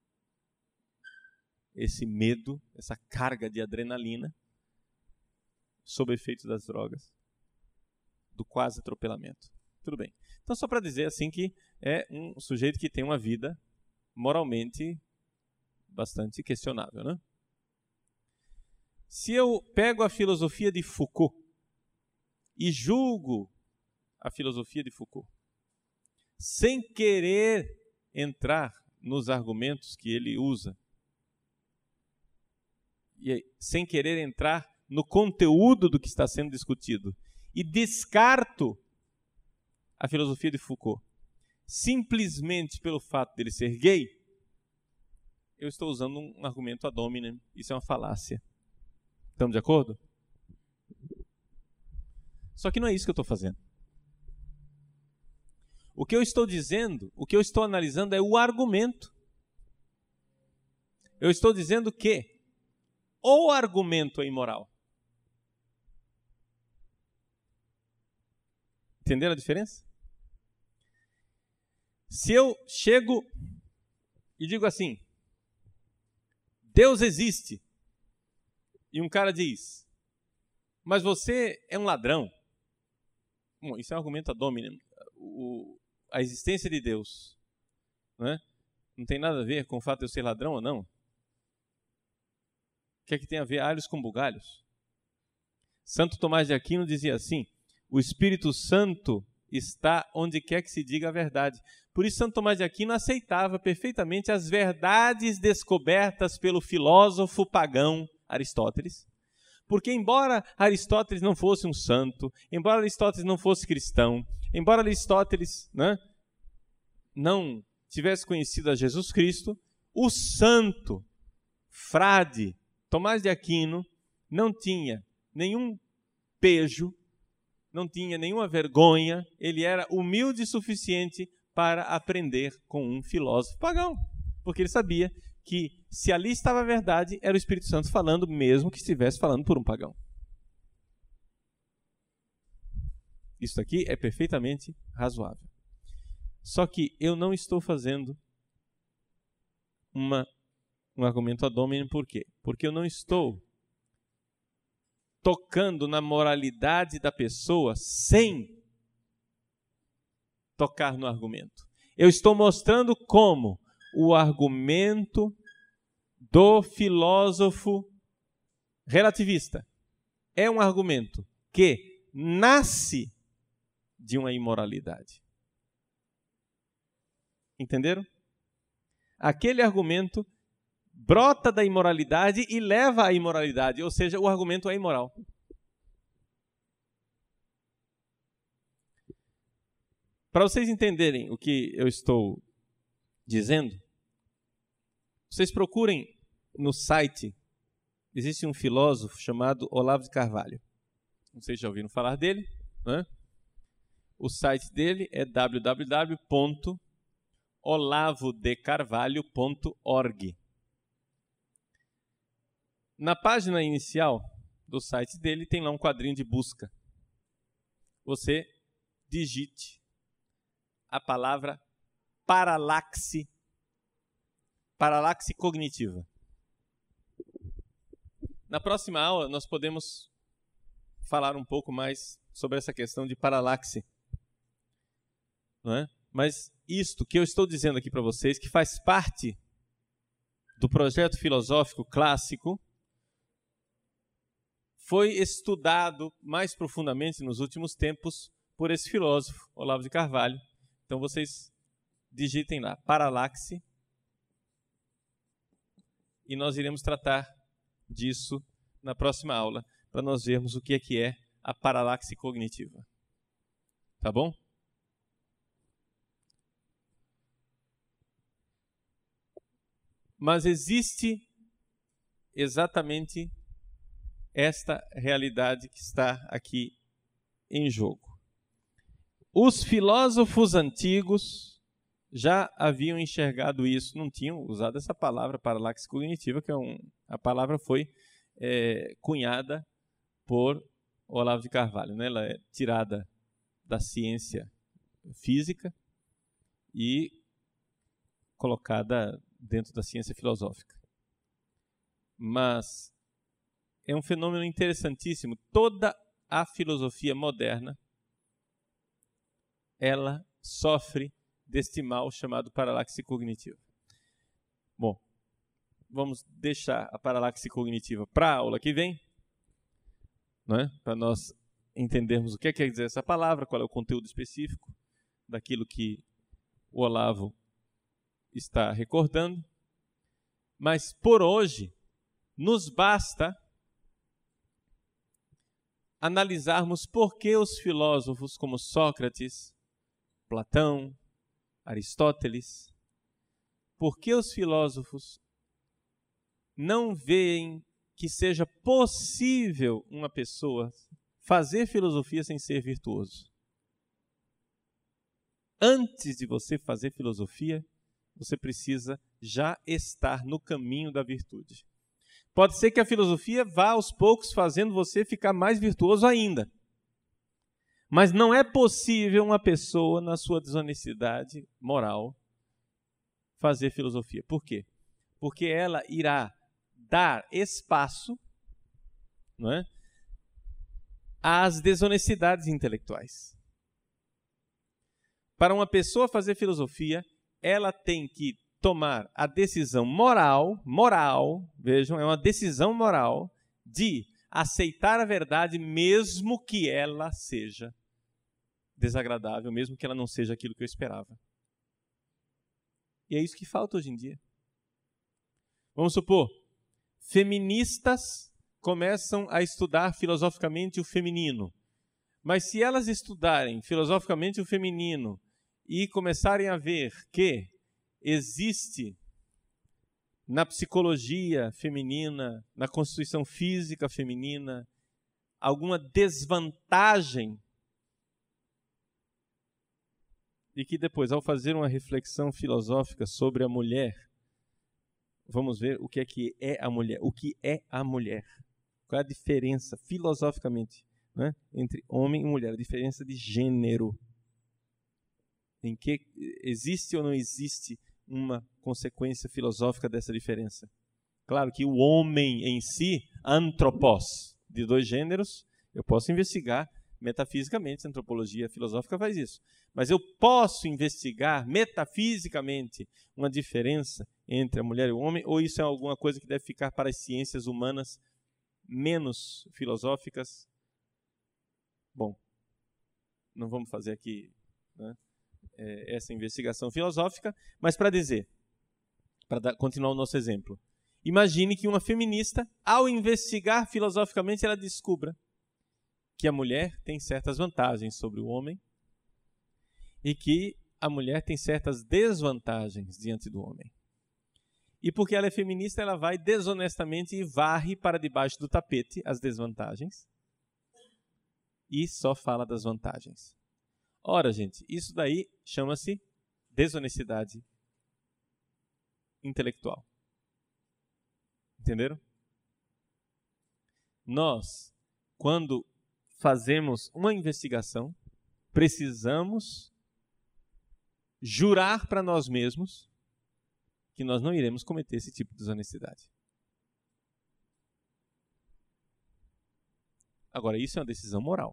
Esse medo, essa carga de adrenalina sob efeito das drogas, do quase atropelamento. Tudo bem. Então, só para dizer assim que é um sujeito que tem uma vida moralmente bastante questionável, né? Se eu pego a filosofia de Foucault e julgo a filosofia de Foucault, sem querer entrar nos argumentos que ele usa, e sem querer entrar no conteúdo do que está sendo discutido, e descarto a filosofia de Foucault, simplesmente pelo fato dele ser gay, eu estou usando um argumento ad hominem. Isso é uma falácia. Estamos de acordo? Só que não é isso que eu estou fazendo. O que eu estou dizendo, o que eu estou analisando é o argumento. Eu estou dizendo que o argumento é imoral. Entenderam a diferença? Se eu chego e digo assim, Deus existe, e um cara diz, mas você é um ladrão. Bom, isso é um argumento ad hominem. O, a existência de Deus, né, não tem nada a ver com o fato de eu ser ladrão ou não. O que é que tem a ver alhos com bugalhos? Santo Tomás de Aquino dizia assim, o Espírito Santo está onde quer que se diga a verdade. Por isso Santo Tomás de Aquino aceitava perfeitamente as verdades descobertas pelo filósofo pagão Aristóteles, porque embora Aristóteles não fosse um santo, embora Aristóteles não fosse cristão, embora Aristóteles, né, não tivesse conhecido a Jesus Cristo, o santo frade Tomás de Aquino não tinha nenhum pejo, não tinha nenhuma vergonha, ele era humilde o suficiente para aprender com um filósofo pagão, porque ele sabia que se ali estava a verdade, era o Espírito Santo falando, mesmo que estivesse falando por um pagão. Isso aqui é perfeitamente razoável. Só que eu não estou fazendo uma, um argumento ad hominem, por quê? Porque eu não estou tocando na moralidade da pessoa sem tocar no argumento. Eu estou mostrando como o argumento do filósofo relativista é um argumento que nasce de uma imoralidade. Entenderam? Aquele argumento brota da imoralidade e leva à imoralidade, ou seja, o argumento é imoral. Para vocês entenderem o que eu estou dizendo, vocês procurem no site, existe um filósofo chamado Olavo de Carvalho. Não sei se já ouviram falar dele, né? O site dele é w w w ponto olavo de carvalho ponto org. Na página inicial do site dele tem lá um quadrinho de busca. Você digite a palavra paralaxe, paralaxe cognitiva. Na próxima aula nós podemos falar um pouco mais sobre essa questão de paralaxe, não é? Mas isto que eu estou dizendo aqui para vocês, que faz parte do projeto filosófico clássico, foi estudado mais profundamente nos últimos tempos por esse filósofo, Olavo de Carvalho. Então vocês digitem lá, paralaxe, e nós iremos tratar disso na próxima aula, para nós vermos o que é que é a paralaxe cognitiva. Tá bom? Mas existe exatamente esta realidade que está aqui em jogo. Os filósofos antigos já haviam enxergado isso, não tinham usado essa palavra paralaxe cognitiva, que é um, a palavra foi é, cunhada por Olavo de Carvalho, né? Ela é tirada da ciência física e colocada dentro da ciência filosófica. Mas é um fenômeno interessantíssimo. Toda a filosofia moderna, ela sofre deste mal chamado paralaxe cognitiva. Bom, vamos deixar a paralaxe cognitiva para a aula que vem, não é? Para nós entendermos o que quer dizer essa palavra, qual é o conteúdo específico daquilo que o Olavo está recordando. Mas por hoje, nos basta analisarmos por que os filósofos como Sócrates, Platão, Aristóteles, por que os filósofos não veem que seja possível uma pessoa fazer filosofia sem ser virtuoso. Antes de você fazer filosofia, você precisa já estar no caminho da virtude. Pode ser que a filosofia vá aos poucos fazendo você ficar mais virtuoso ainda. Mas não é possível uma pessoa, na sua desonestidade moral, fazer filosofia. Por quê? Porque ela irá dar espaço, não é, às desonestidades intelectuais. Para uma pessoa fazer filosofia, ela tem que tomar a decisão moral, moral, vejam, é uma decisão moral de aceitar a verdade mesmo que ela seja desagradável, mesmo que ela não seja aquilo que eu esperava. E é isso que falta hoje em dia. Vamos supor, feministas começam a estudar filosoficamente o feminino. Mas se elas estudarem filosoficamente o feminino e começarem a ver que existe na psicologia feminina, na constituição física feminina, alguma desvantagem, e que depois, ao fazer uma reflexão filosófica sobre a mulher, vamos ver o que é que é a mulher, o que é a mulher, qual é a diferença filosoficamente, né, entre homem e mulher, a diferença de gênero, em que existe ou não existe uma consequência filosófica dessa diferença. Claro que o homem em si, antropos, de dois gêneros, eu posso investigar metafisicamente, a antropologia filosófica faz isso. Mas eu posso investigar metafisicamente uma diferença entre a mulher e o homem, ou isso é alguma coisa que deve ficar para as ciências humanas menos filosóficas? Bom, não vamos fazer aqui, né, é, essa investigação filosófica, mas para dizer, para continuar o nosso exemplo, imagine que uma feminista, ao investigar filosoficamente, ela descubra que a mulher tem certas vantagens sobre o homem e que a mulher tem certas desvantagens diante do homem. E porque ela é feminista, ela vai desonestamente e varre para debaixo do tapete as desvantagens e só fala das vantagens. Ora, gente, isso daí chama-se desonestidade intelectual. Entenderam? Nós, quando fazemos uma investigação, precisamos jurar para nós mesmos que nós não iremos cometer esse tipo de desonestidade. Agora, isso é uma decisão moral.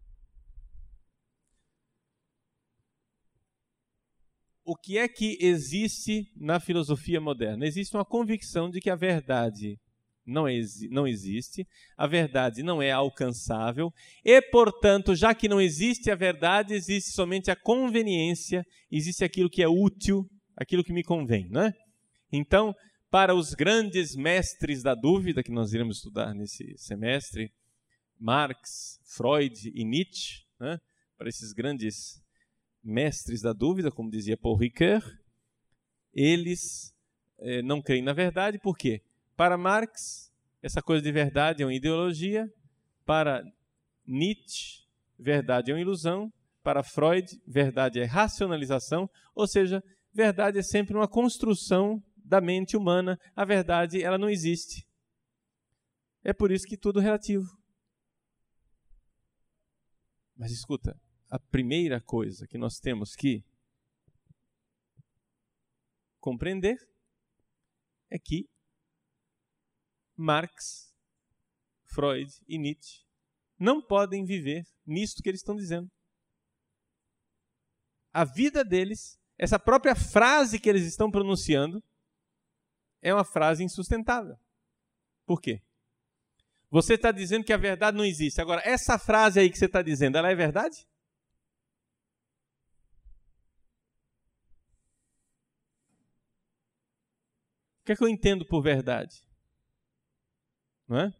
O que é que existe na filosofia moderna? Existe uma convicção de que a verdade não, exi- não existe, a verdade não é alcançável, e, portanto, já que não existe a verdade, existe somente a conveniência, existe aquilo que é útil, aquilo que me convém, né? Então, para os grandes mestres da dúvida, que nós iremos estudar nesse semestre, Marx, Freud e Nietzsche, né? Para esses grandes mestres da dúvida, como dizia Paul Ricoeur, eles eh, não creem na verdade. Por quê? Para Marx, essa coisa de verdade é uma ideologia. Para Nietzsche, verdade é uma ilusão. Para Freud, verdade é racionalização. Ou seja, verdade é sempre uma construção da mente humana. A verdade, ela não existe. É por isso que tudo é relativo. Mas escuta, a primeira coisa que nós temos que compreender é que Marx, Freud e Nietzsche não podem viver nisto que eles estão dizendo. A vida deles, essa própria frase que eles estão pronunciando, é uma frase insustentável. Por quê? Você está dizendo que a verdade não existe. Agora, essa frase aí que você está dizendo, ela é verdade? O que é que eu entendo por verdade? Não é?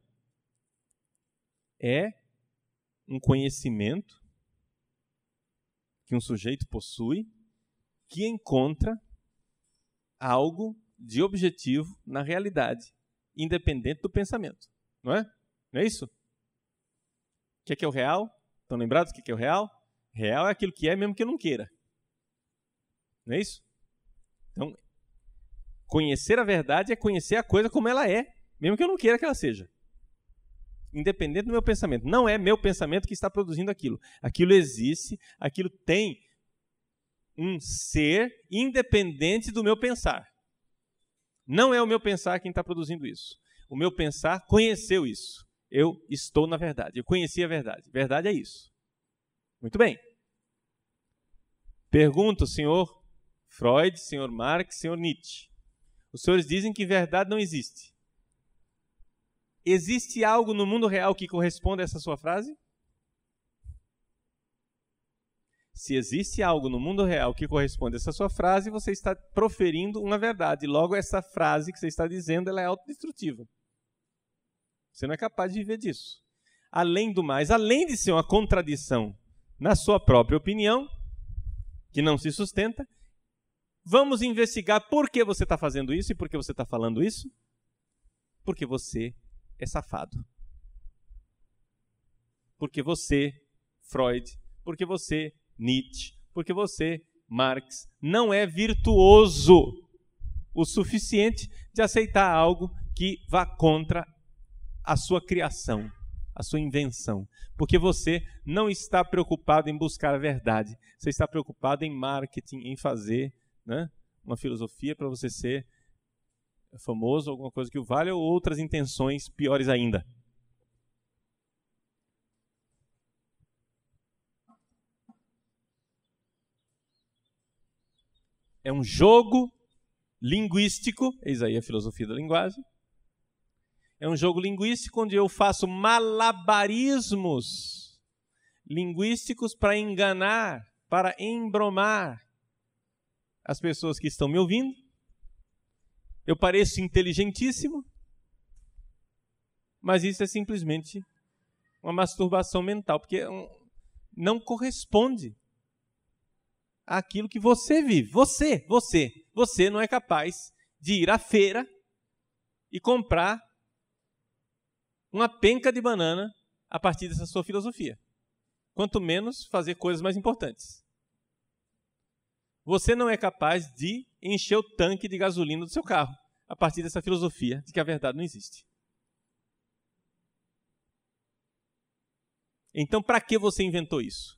É um conhecimento que um sujeito possui que encontra algo de objetivo na realidade, independente do pensamento. Não é? Não é isso? O que é que é o real? Estão lembrados do que é o real? Real é aquilo que é mesmo que eu não queira. Não é isso? Então, conhecer a verdade é conhecer a coisa como ela é, mesmo que eu não queira que ela seja. Independente do meu pensamento. Não é meu pensamento que está produzindo aquilo. Aquilo existe, aquilo tem um ser independente do meu pensar. Não é o meu pensar quem está produzindo isso. O meu pensar conheceu isso. Eu estou na verdade. Eu conheci a verdade. Verdade é isso. Muito bem. Pergunto, senhor Freud, senhor Marx, senhor Nietzsche. Os senhores dizem que verdade não existe. Existe algo no mundo real que corresponde a essa sua frase? Se existe algo no mundo real que corresponde a essa sua frase, você está proferindo uma verdade. Logo, essa frase que você está dizendo, ela é autodestrutiva. Você não é capaz de viver disso. Além do mais, além de ser uma contradição na sua própria opinião, que não se sustenta, vamos investigar por que você está fazendo isso e por que você está falando isso. Porque você é safado. Porque você, Freud, porque você, Nietzsche, porque você, Marx, não é virtuoso o suficiente de aceitar algo que vá contra a sua criação, a sua invenção. Porque você não está preocupado em buscar a verdade. Você está preocupado em marketing, em fazer, né, uma filosofia para você ser famoso, alguma coisa que o valha, ou outras intenções piores ainda. É um jogo linguístico, eis aí a filosofia da linguagem. É um jogo linguístico onde eu faço malabarismos linguísticos para enganar, para embromar as pessoas que estão me ouvindo. Eu pareço inteligentíssimo, mas isso é simplesmente uma masturbação mental, porque não corresponde àquilo que você vive. Você, você, você não é capaz de ir à feira e comprar uma penca de banana a partir dessa sua filosofia. Quanto menos fazer coisas mais importantes. Você não é capaz de encher o tanque de gasolina do seu carro a partir dessa filosofia de que a verdade não existe. Então, para que você inventou isso?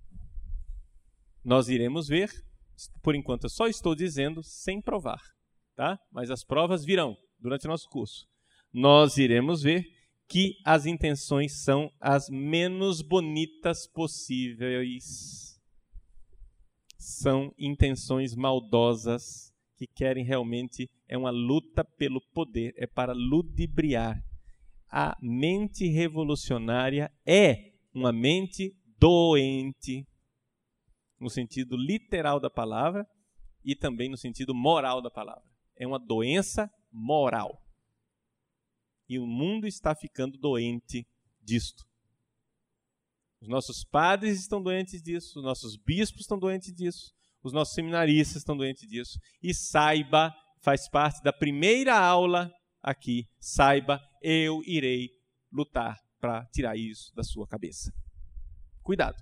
Nós iremos ver. Por enquanto, eu só estou dizendo sem provar, tá? Mas as provas virão durante o nosso curso. Nós iremos ver que as intenções são as menos bonitas possíveis. São intenções maldosas que querem realmente, é uma luta pelo poder, é para ludibriar. A mente revolucionária é uma mente doente, no sentido literal da palavra e também no sentido moral da palavra. É uma doença moral. E o mundo está ficando doente disto. Os nossos padres estão doentes disso, os nossos bispos estão doentes disso, os nossos seminaristas estão doentes disso. E saiba, faz parte da primeira aula aqui, saiba, eu irei lutar para tirar isso da sua cabeça. Cuidado.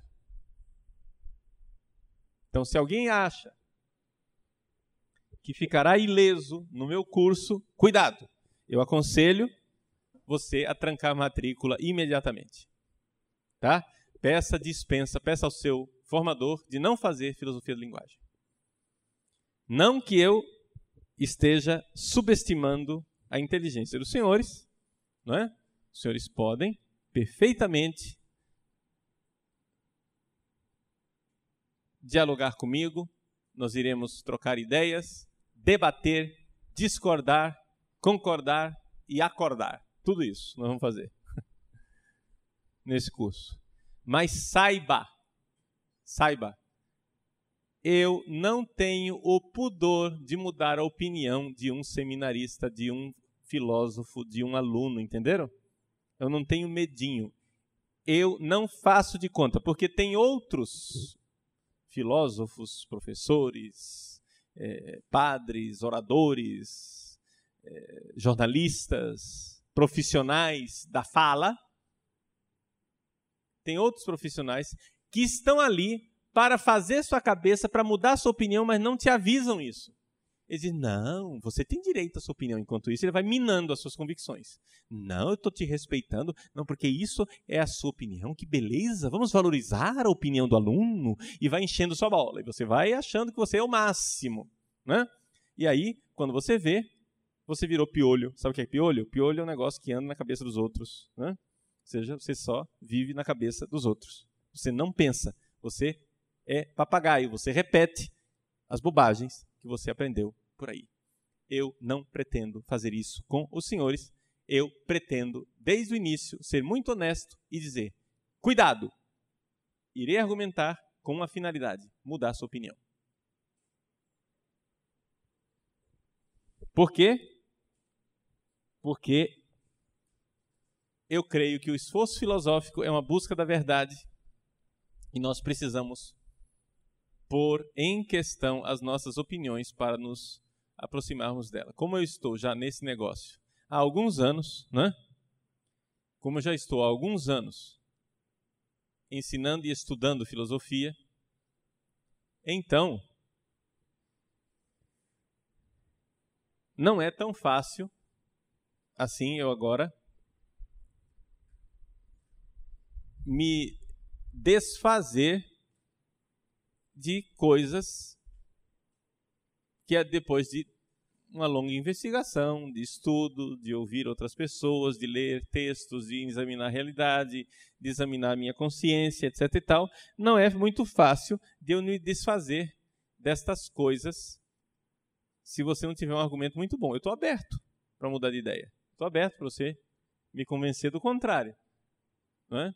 Então, se alguém acha que ficará ileso no meu curso, cuidado. Eu aconselho você a trancar a matrícula imediatamente. Tá? Peça dispensa, peça ao seu formador de não fazer filosofia da linguagem. Não que eu esteja subestimando a inteligência dos senhores, não é? Os senhores podem perfeitamente dialogar comigo, nós iremos trocar ideias, debater, discordar, concordar e acordar. Tudo isso nós vamos fazer nesse curso. Mas saiba, saiba, eu não tenho o pudor de mudar a opinião de um seminarista, de um filósofo, de um aluno, entenderam? Eu não tenho medinho. Eu não faço de conta, porque tem outros filósofos, professores, eh, padres, oradores, eh, jornalistas, profissionais da fala. Tem outros profissionais que estão ali para fazer sua cabeça, para mudar sua opinião, mas não te avisam isso. Eles dizem, não, você tem direito à sua opinião. Enquanto isso, ele vai minando as suas convicções. Não, eu estou te respeitando. Não, porque isso é a sua opinião. Que beleza, vamos valorizar a opinião do aluno. E vai enchendo sua bola. E você vai achando que você é o máximo, né? E aí, quando você vê, você virou piolho. Sabe o que é piolho? Piolho é um negócio que anda na cabeça dos outros, né? Ou seja, você só vive na cabeça dos outros. Você não pensa. Você é papagaio. Você repete as bobagens que você aprendeu por aí. Eu não pretendo fazer isso com os senhores. Eu pretendo, desde o início, ser muito honesto e dizer, cuidado, irei argumentar com uma finalidade, mudar sua opinião. Por quê? Porque eu creio que o esforço filosófico é uma busca da verdade e nós precisamos pôr em questão as nossas opiniões para nos aproximarmos dela. Como eu estou já nesse negócio há alguns anos, né? Como eu já estou há alguns anos ensinando e estudando filosofia, então não é tão fácil assim eu agora me desfazer de coisas que depois de uma longa investigação, de estudo, de ouvir outras pessoas, de ler textos, de examinar a realidade, de examinar a minha consciência, etc e tal. Não é muito fácil de eu me desfazer destas coisas se você não tiver um argumento muito bom. Eu estou aberto para mudar de ideia. Estou aberto para você me convencer do contrário. Não é?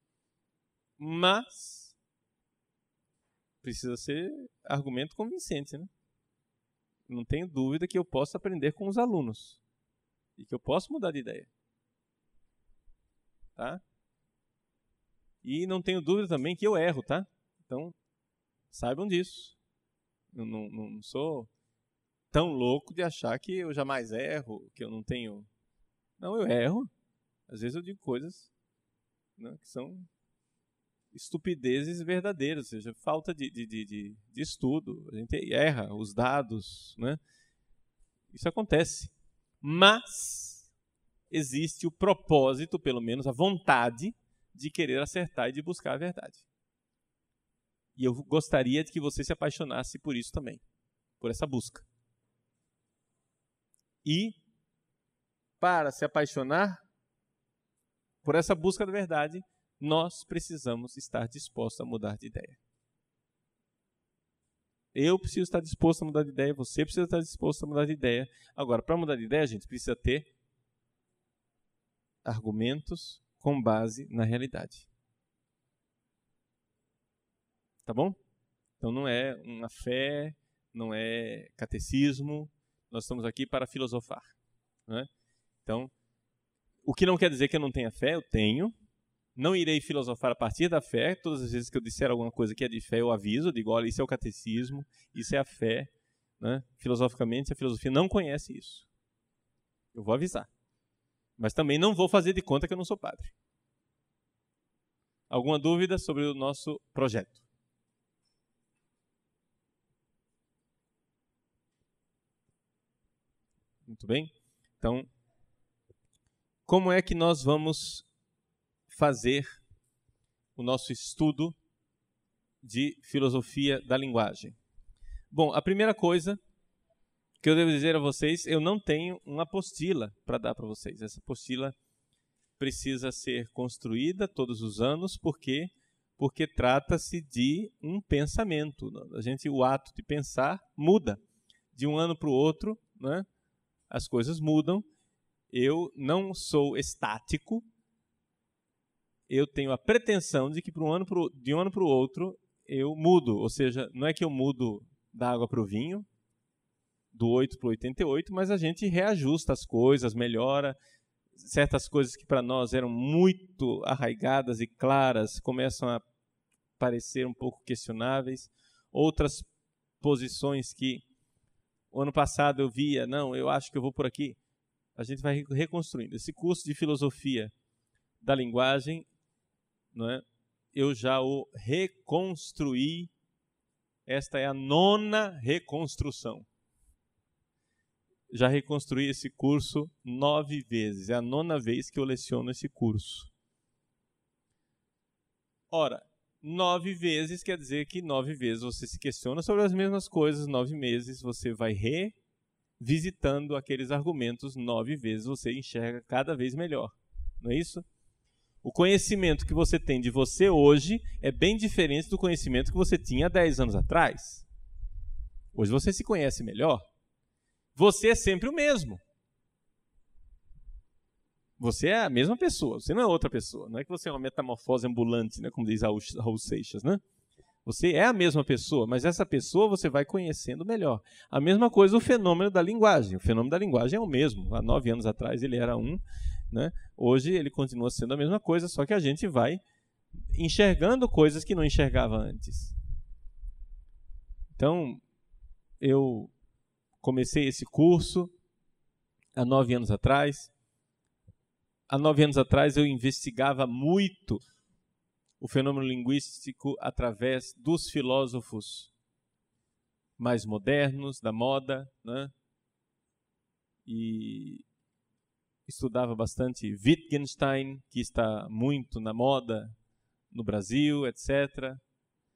Mas precisa ser argumento convincente, né? Não tenho dúvida que eu posso aprender com os alunos e que eu posso mudar de ideia. Tá? E não tenho dúvida também que eu erro, tá? Então, saibam disso. Eu não, não, não sou tão louco de achar que eu jamais erro, que eu não tenho... Não, eu erro. Às vezes eu digo coisas, né, que são estupidezes verdadeiras, ou seja, falta de, de, de, de estudo. A gente erra os dados, né? Isso acontece. Mas existe o propósito, pelo menos a vontade, de querer acertar e de buscar a verdade. E eu gostaria de que você se apaixonasse por isso também, por essa busca. E, para se apaixonar por essa busca da verdade, nós precisamos estar dispostos a mudar de ideia. Eu preciso estar disposto a mudar de ideia, você precisa estar disposto a mudar de ideia. Agora, para mudar de ideia, a gente precisa ter argumentos com base na realidade. Tá bom? Então não é uma fé, não é catecismo, nós estamos aqui para filosofar. Né? Então, o que não quer dizer que eu não tenha fé, eu tenho. Não irei filosofar a partir da fé. Todas as vezes que eu disser alguma coisa que é de fé, eu aviso, eu digo, olha, isso é o catecismo, isso é a fé. Né? Filosoficamente, a filosofia não conhece isso. Eu vou avisar. Mas também não vou fazer de conta que eu não sou padre. Alguma dúvida sobre o nosso projeto? Muito bem. Então, como é que nós vamos fazer o nosso estudo de filosofia da linguagem? Bom, a primeira coisa que eu devo dizer a vocês, eu não tenho uma apostila para dar para vocês. Essa apostila precisa ser construída todos os anos, porque porque trata-se de um pensamento. A gente, o ato de pensar muda de um ano para o outro, né? As coisas mudam. Eu não sou estático. Eu tenho a pretensão de que pro ano pro, de um ano para o outro eu mudo. Ou seja, não é que eu mudo da água para o vinho, do oito para o oitenta e oito, mas a gente reajusta as coisas, melhora. Certas coisas que para nós eram muito arraigadas e claras começam a parecer um pouco questionáveis. Outras posições que o ano passado eu via, não, eu acho que eu vou por aqui. A gente vai reconstruindo. Esse curso de filosofia da linguagem, não é? Eu já o reconstruí. Esta é a nona reconstrução. Já reconstruí esse curso nove vezes. É a nona vez que eu leciono esse curso. Ora, nove vezes quer dizer que nove vezes você se questiona sobre as mesmas coisas. Nove meses você vai revisitando aqueles argumentos. Nove vezes você enxerga cada vez melhor. Não é isso? O conhecimento que você tem de você hoje é bem diferente do conhecimento que você tinha há dez anos atrás. Hoje você se conhece melhor. Você é sempre o mesmo. Você é a mesma pessoa, você não é outra pessoa. Não é que você é uma metamorfose ambulante, né, como diz Raul Seixas, né? Você é a mesma pessoa, mas essa pessoa você vai conhecendo melhor. A mesma coisa o fenômeno da linguagem. O fenômeno da linguagem é o mesmo. Há nove anos atrás ele era um, né? Hoje ele continua sendo a mesma coisa, só que a gente vai enxergando coisas que não enxergava antes. Então, eu comecei esse curso há nove anos atrás. Há nove anos atrás eu investigava muito o fenômeno linguístico através dos filósofos mais modernos, da moda, né? E estudava bastante Wittgenstein, que está muito na moda no Brasil, etcétera.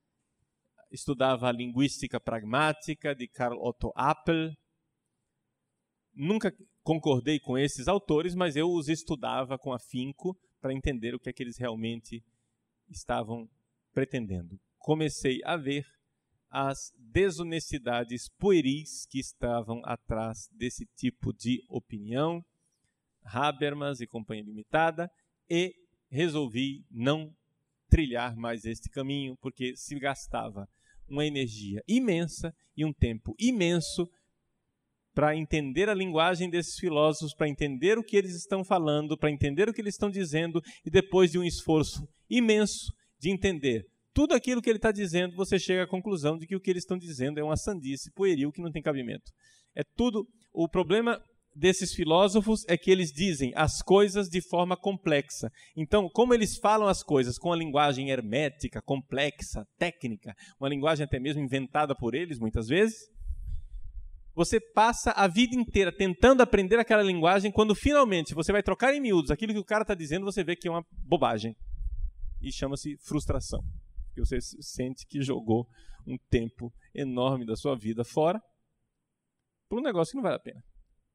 Estudava a linguística pragmática de Karl Otto Appel. nunca concordei com esses autores, mas eu os estudava com afinco para entender o que é que eles realmente estavam pretendendo. Comecei a ver as desonestidades pueris que estavam atrás desse tipo de opinião, Habermas e Companhia Limitada, e resolvi não trilhar mais este caminho, porque se gastava uma energia imensa e um tempo imenso para entender a linguagem desses filósofos, para entender o que eles estão falando, para entender o que eles estão dizendo, e depois de um esforço imenso de entender tudo aquilo que ele está dizendo, você chega à conclusão de que o que eles estão dizendo é uma sandice pueril que não tem cabimento. É tudo. O problema desses filósofos é que eles dizem as coisas de forma complexa. Então, como eles falam as coisas com a linguagem hermética, complexa, técnica, uma linguagem até mesmo inventada por eles, muitas vezes, você passa a vida inteira tentando aprender aquela linguagem, quando finalmente você vai trocar em miúdos aquilo que o cara está dizendo, você vê que é uma bobagem. E chama-se frustração. Porque você sente que jogou um tempo enorme da sua vida fora por um negócio que não vale a pena.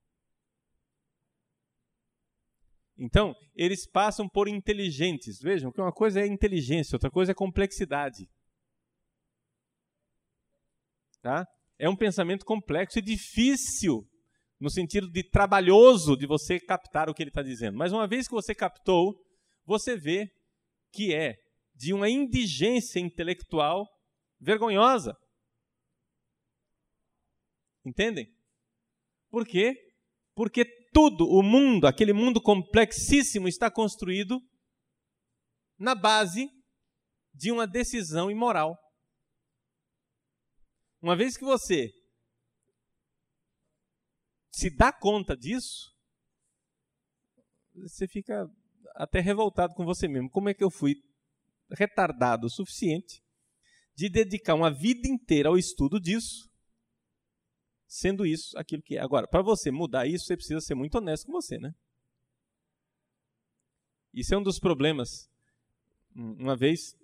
Então, eles passam por inteligentes. Vejam que uma coisa é inteligência, outra coisa é complexidade. Tá? É um pensamento complexo e difícil, no sentido de trabalhoso, de você captar o que ele está dizendo. Mas uma vez que você captou, você vê que é de uma indigência intelectual vergonhosa. Entendem? Por quê? Porque tudo, o mundo, aquele mundo complexíssimo, está construído na base de uma decisão imoral. Uma vez que você se dá conta disso, você fica até revoltado com você mesmo. Como é que eu fui retardado o suficiente de dedicar uma vida inteira ao estudo disso, sendo isso aquilo que é? Agora, para você mudar isso, você precisa ser muito honesto com você, né? Isso é um dos problemas. Uma vez,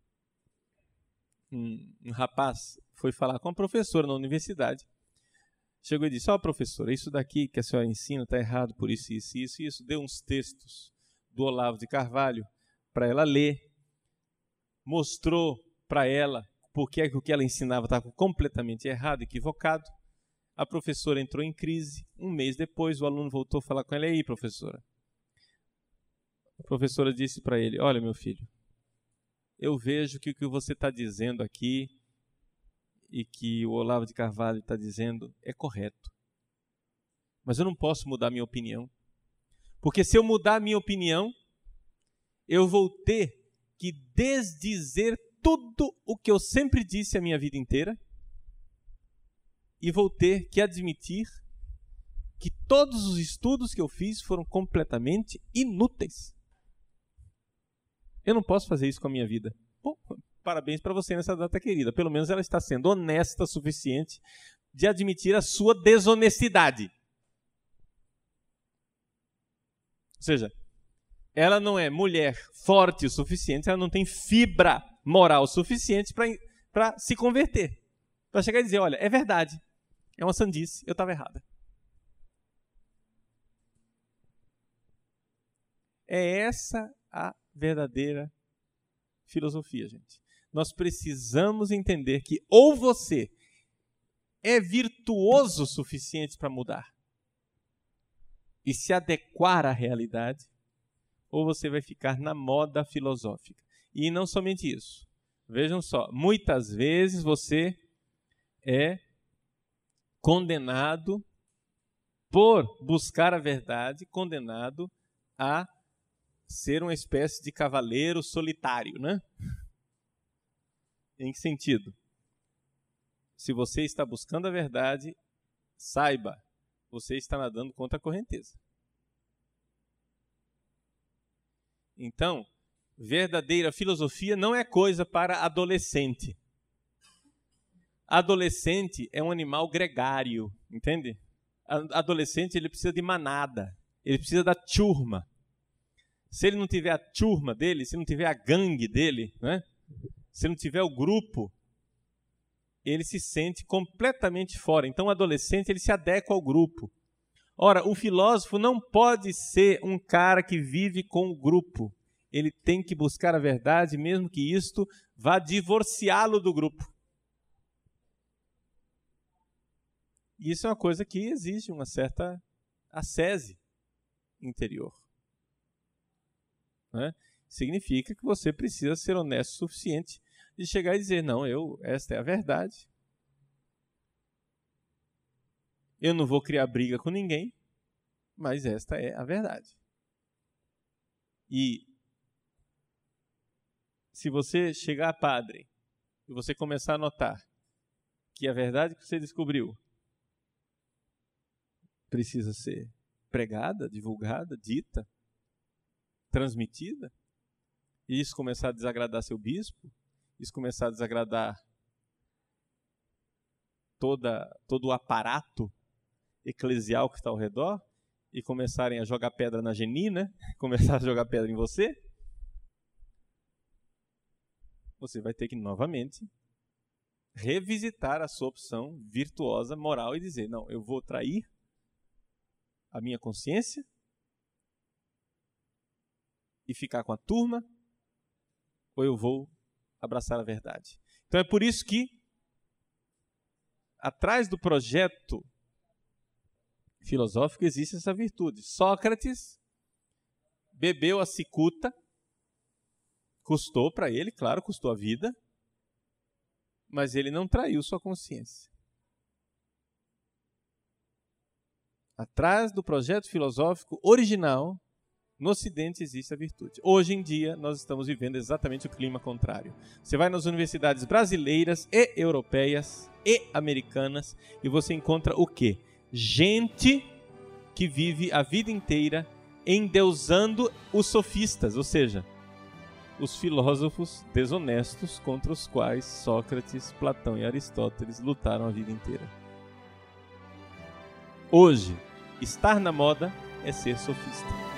um, um rapaz foi falar com uma professora na universidade. Chegou e disse: ó, oh, professora, isso daqui que a senhora ensina está errado por isso, isso, isso, isso. Deu uns textos do Olavo de Carvalho para ela ler. Mostrou para ela porque é que o que ela ensinava estava completamente errado, equivocado. A professora entrou em crise. Um mês depois, o aluno voltou a falar com ela: e aí, professora? A professora disse para ele: olha, meu filho, eu vejo que o que você está dizendo aqui e que o Olavo de Carvalho está dizendo é correto. Mas eu não posso mudar minha opinião. Porque se eu mudar minha opinião, eu vou ter que desdizer tudo o que eu sempre disse a minha vida inteira e vou ter que admitir que todos os estudos que eu fiz foram completamente inúteis. Eu não posso fazer isso com a minha vida. Bom, parabéns para você nessa data querida. Pelo menos ela está sendo honesta o suficiente de admitir a sua desonestidade. Ou seja, ela não é mulher forte o suficiente, ela não tem fibra moral suficiente para se converter. Para chegar e dizer: olha, é verdade, é uma sandice, eu estava errada. É essa a verdadeira filosofia, gente. Nós precisamos entender que ou você é virtuoso o suficiente para mudar e se adequar à realidade, ou você vai ficar na moda filosófica. E não somente isso. Vejam só, muitas vezes você é condenado por buscar a verdade, condenado a ser uma espécie de cavaleiro solitário, né? Em que sentido? Se você está buscando a verdade, saiba, você está nadando contra a correnteza. Então, verdadeira filosofia não é coisa para adolescente. Adolescente é um animal gregário, entende? Adolescente, ele precisa de manada, ele precisa da turma. Se ele não tiver a turma dele, se não tiver a gangue dele, né? Se não tiver o grupo, ele se sente completamente fora. Então, o adolescente, ele se adequa ao grupo. Ora, o filósofo não pode ser um cara que vive com o grupo. Ele tem que buscar a verdade, mesmo que isto vá divorciá-lo do grupo. E isso é uma coisa que exige uma certa ascese interior. Né? Significa que você precisa ser honesto o suficiente de chegar e dizer, não, eu, esta é a verdade. Eu não vou criar briga com ninguém, mas esta é a verdade. E se você chegar a padre e você começar a notar que a verdade que você descobriu precisa ser pregada, divulgada, dita, transmitida, e isso começar a desagradar seu bispo, isso começar a desagradar toda, todo o aparato eclesial que está ao redor, e começarem a jogar pedra na Geni, né? Começar a jogar pedra em você, você vai ter que novamente revisitar a sua opção virtuosa, moral, e dizer, não, eu vou trair a minha consciência e ficar com a turma, ou eu vou abraçar a verdade. Então é por isso que, atrás do projeto filosófico, existe essa virtude. Sócrates bebeu a cicuta, custou para ele, claro, custou a vida, mas ele não traiu sua consciência. Atrás do projeto filosófico original, no Ocidente existe a virtude. Hoje em dia, nós estamos vivendo exatamente o clima contrário. Você vai nas universidades brasileiras e europeias e americanas e você encontra o quê? Gente que vive a vida inteira endeusando os sofistas, ou seja, os filósofos desonestos contra os quais Sócrates, Platão e Aristóteles lutaram a vida inteira. Hoje, estar na moda é ser sofista.